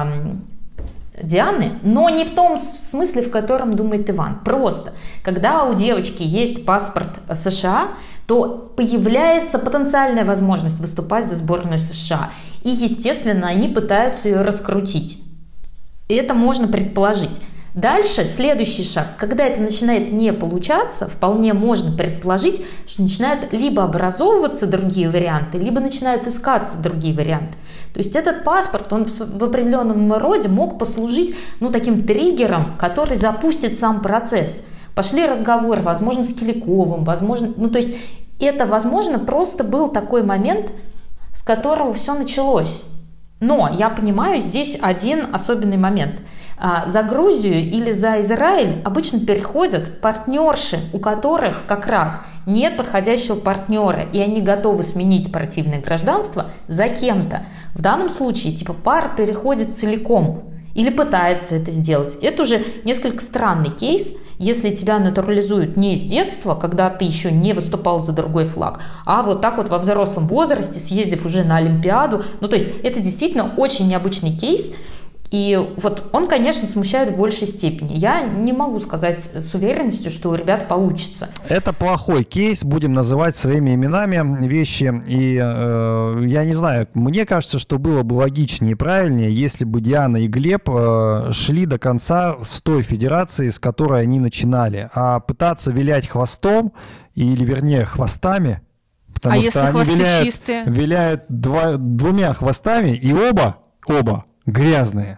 Дианы, но не в том смысле, в котором думает Иван. Просто, когда у девочки есть паспорт США, то появляется потенциальная возможность выступать за сборную США. И, естественно, они пытаются ее раскрутить. И это можно предположить. Дальше, следующий шаг, когда это начинает не получаться, вполне можно предположить, что начинают либо образовываться другие варианты, либо начинают искаться другие варианты. То есть этот паспорт, он в определенном роде мог послужить, ну, таким триггером, который запустит сам процесс. Пошли разговоры, возможно, с Киликовым, возможно, ну, то есть это, возможно, просто был такой момент, с которого все началось. Но я понимаю здесь один особенный момент. За Грузию или за Израиль обычно переходят партнерши, у которых как раз нет подходящего партнера, и они готовы сменить спортивное гражданство за кем-то. В данном случае типа пара переходит целиком или пытается это сделать. Это уже несколько странный кейс, если тебя натурализуют не с детства, когда ты еще не выступал за другой флаг, а вот так вот во взрослом возрасте, съездив уже на Олимпиаду. Ну, то есть это действительно очень необычный кейс. И вот он, конечно, смущает в большей степени. Я не могу сказать с уверенностью, что у ребят получится. Это плохой кейс, будем называть своими именами вещи. И я не знаю, мне кажется, что было бы логичнее и правильнее, если бы Диана и Глеб шли до конца с той федерации, с которой они начинали. А пытаться вилять хвостом, или вернее хвостами, потому что если они виляют двумя хвостами, и оба грязные.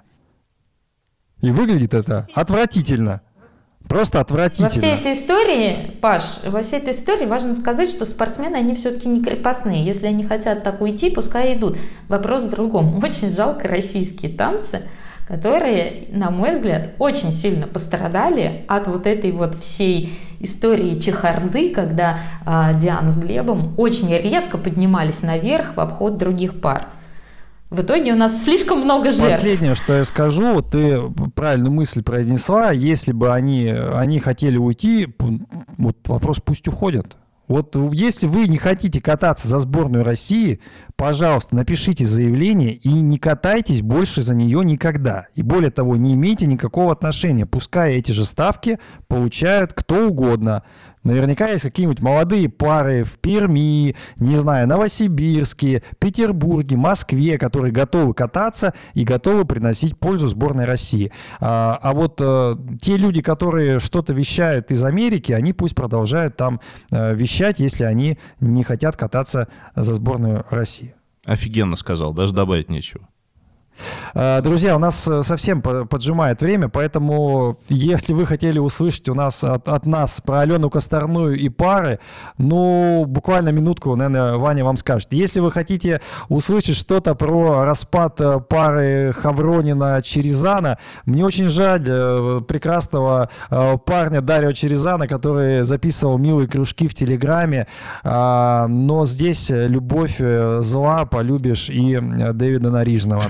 И выглядит это отвратительно. Просто отвратительно. Во всей этой истории, Паш, важно сказать, что спортсмены, они все-таки не крепостные. Если они хотят так уйти, пускай идут. Вопрос в другом. Очень жалко российские танцы, которые, на мой взгляд, очень сильно пострадали от вот этой вот всей истории чехарды, когда Диана с Глебом очень резко поднимались наверх в обход других пар. В итоге у нас слишком много жертв. Последнее, что я скажу, ты правильную мысль произнесла. Если бы они хотели уйти, вот вопрос, пусть уходят. Вот если вы не хотите кататься за сборную России, пожалуйста, напишите заявление и не катайтесь больше за нее никогда. И более того, не имейте никакого отношения. Пускай эти же ставки получают кто угодно. Наверняка есть какие-нибудь молодые пары в Перми, не знаю, Новосибирске, Петербурге, Москве, которые готовы кататься и готовы приносить пользу сборной России. А вот те люди, которые что-то вещают из Америки, они пусть продолжают там вещать, если они не хотят кататься за сборную России. Офигенно сказал, даже добавить нечего. Друзья, у нас совсем поджимает время, поэтому если вы хотели услышать у нас от нас про Алену Косторную и пары, ну, буквально минутку, наверное, Ваня вам скажет. Если вы хотите услышать что-то про распад пары Хавронина-Черезана, мне очень жаль прекрасного парня Дарио Черезана, который записывал милые кружки в Телеграме, но здесь любовь зла, полюбишь и Дэвида Нарижного.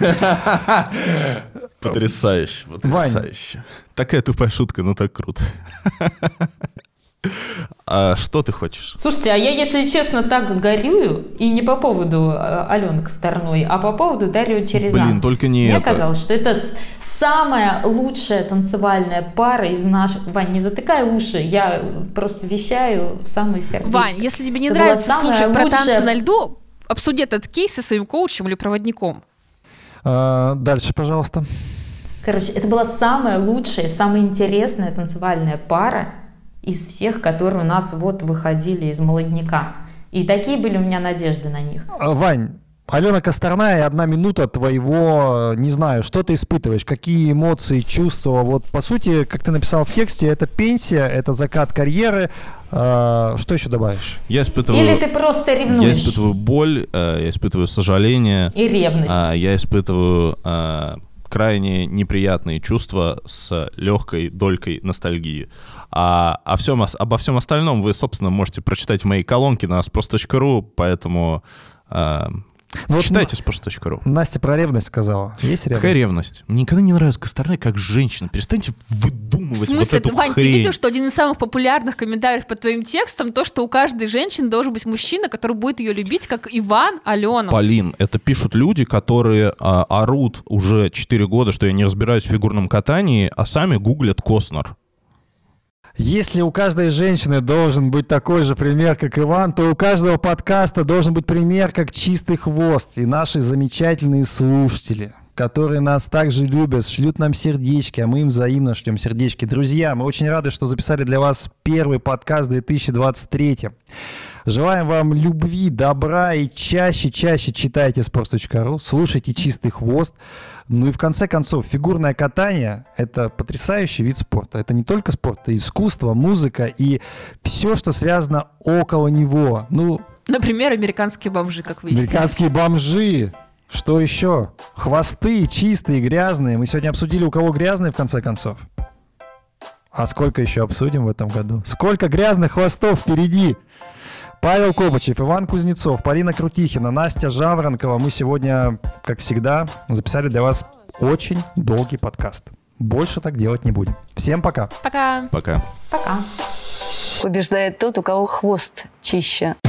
Потрясающе, потрясающе. Вань. Такая тупая шутка, но так круто. А что ты хочешь? Слушайте, а я, если честно, так горюю, и не по поводу Алены Косторной, а по поводу Дарио Черезана. Блин, только не Мне это. казалось, что это самая лучшая танцевальная пара из наших... Вань, не затыкай уши, я просто вещаю в самую сердечко. Вань, если тебе не нравится слушать про танцы на льду, обсуди этот кейс со своим коучем или проводником. Дальше, пожалуйста. Короче, это была самая лучшая, самая интересная танцевальная пара из всех, которые у нас вот выходили из молодняка. И такие были у меня надежды на них. Вань, Алена Косторная, 1 минута твоего, не знаю, что ты испытываешь, какие эмоции, чувства. Вот, по сути, как ты написал в тексте, это пенсия, это закат карьеры. Что еще добавишь? Я испытываю... Или ты просто ревнуешь? Я испытываю боль, я испытываю сожаление. И ревность. Я испытываю крайне неприятные чувства с легкой долькой ностальгии. Обо всем остальном вы, собственно, можете прочитать в моей колонке на sports.ru, поэтому... Вот читайте sports.ru. Настя про ревность сказала. Есть ревность? Какая ревность? Мне никогда не нравилась Косторная как женщина. Перестаньте выдумывать вот эту хрень. В смысле, Вань, ты видел, что один из самых популярных комментариев под твоим текстом то, что у каждой женщины должен быть мужчина, который будет ее любить, как Иван Алену. Полин, это пишут люди, которые орут уже 4 года, что я не разбираюсь в фигурном катании, а сами гуглят Костнер. Если у каждой женщины должен быть такой же пример, как Иван, то у каждого подкаста должен быть пример, как Чистый хвост. И наши замечательные слушатели, которые нас также любят, шлют нам сердечки, а мы им взаимно шлем сердечки. Друзья, мы очень рады, что записали для вас первый подкаст 2023. Желаем вам любви, добра и чаще читайте sports.ru, слушайте Чистый хвост. Ну и в конце концов, фигурное катание – это потрясающий вид спорта. Это не только спорт, это искусство, музыка и все, что связано около него. Ну, например, американские бомжи, как выяснилось. Американские бомжи. Что еще? Хвосты чистые, грязные. Мы сегодня обсудили, у кого грязные, в конце концов. А сколько еще обсудим в этом году? Сколько грязных хвостов впереди? Павел Копачев, Иван Кузнецов, Полина Крутихина, Настя Жаворонкова. Мы сегодня, как всегда, записали для вас очень долгий подкаст. Больше так делать не будем. Всем пока. Пока. Пока. Пока. Побеждает тот, у кого хвост чище.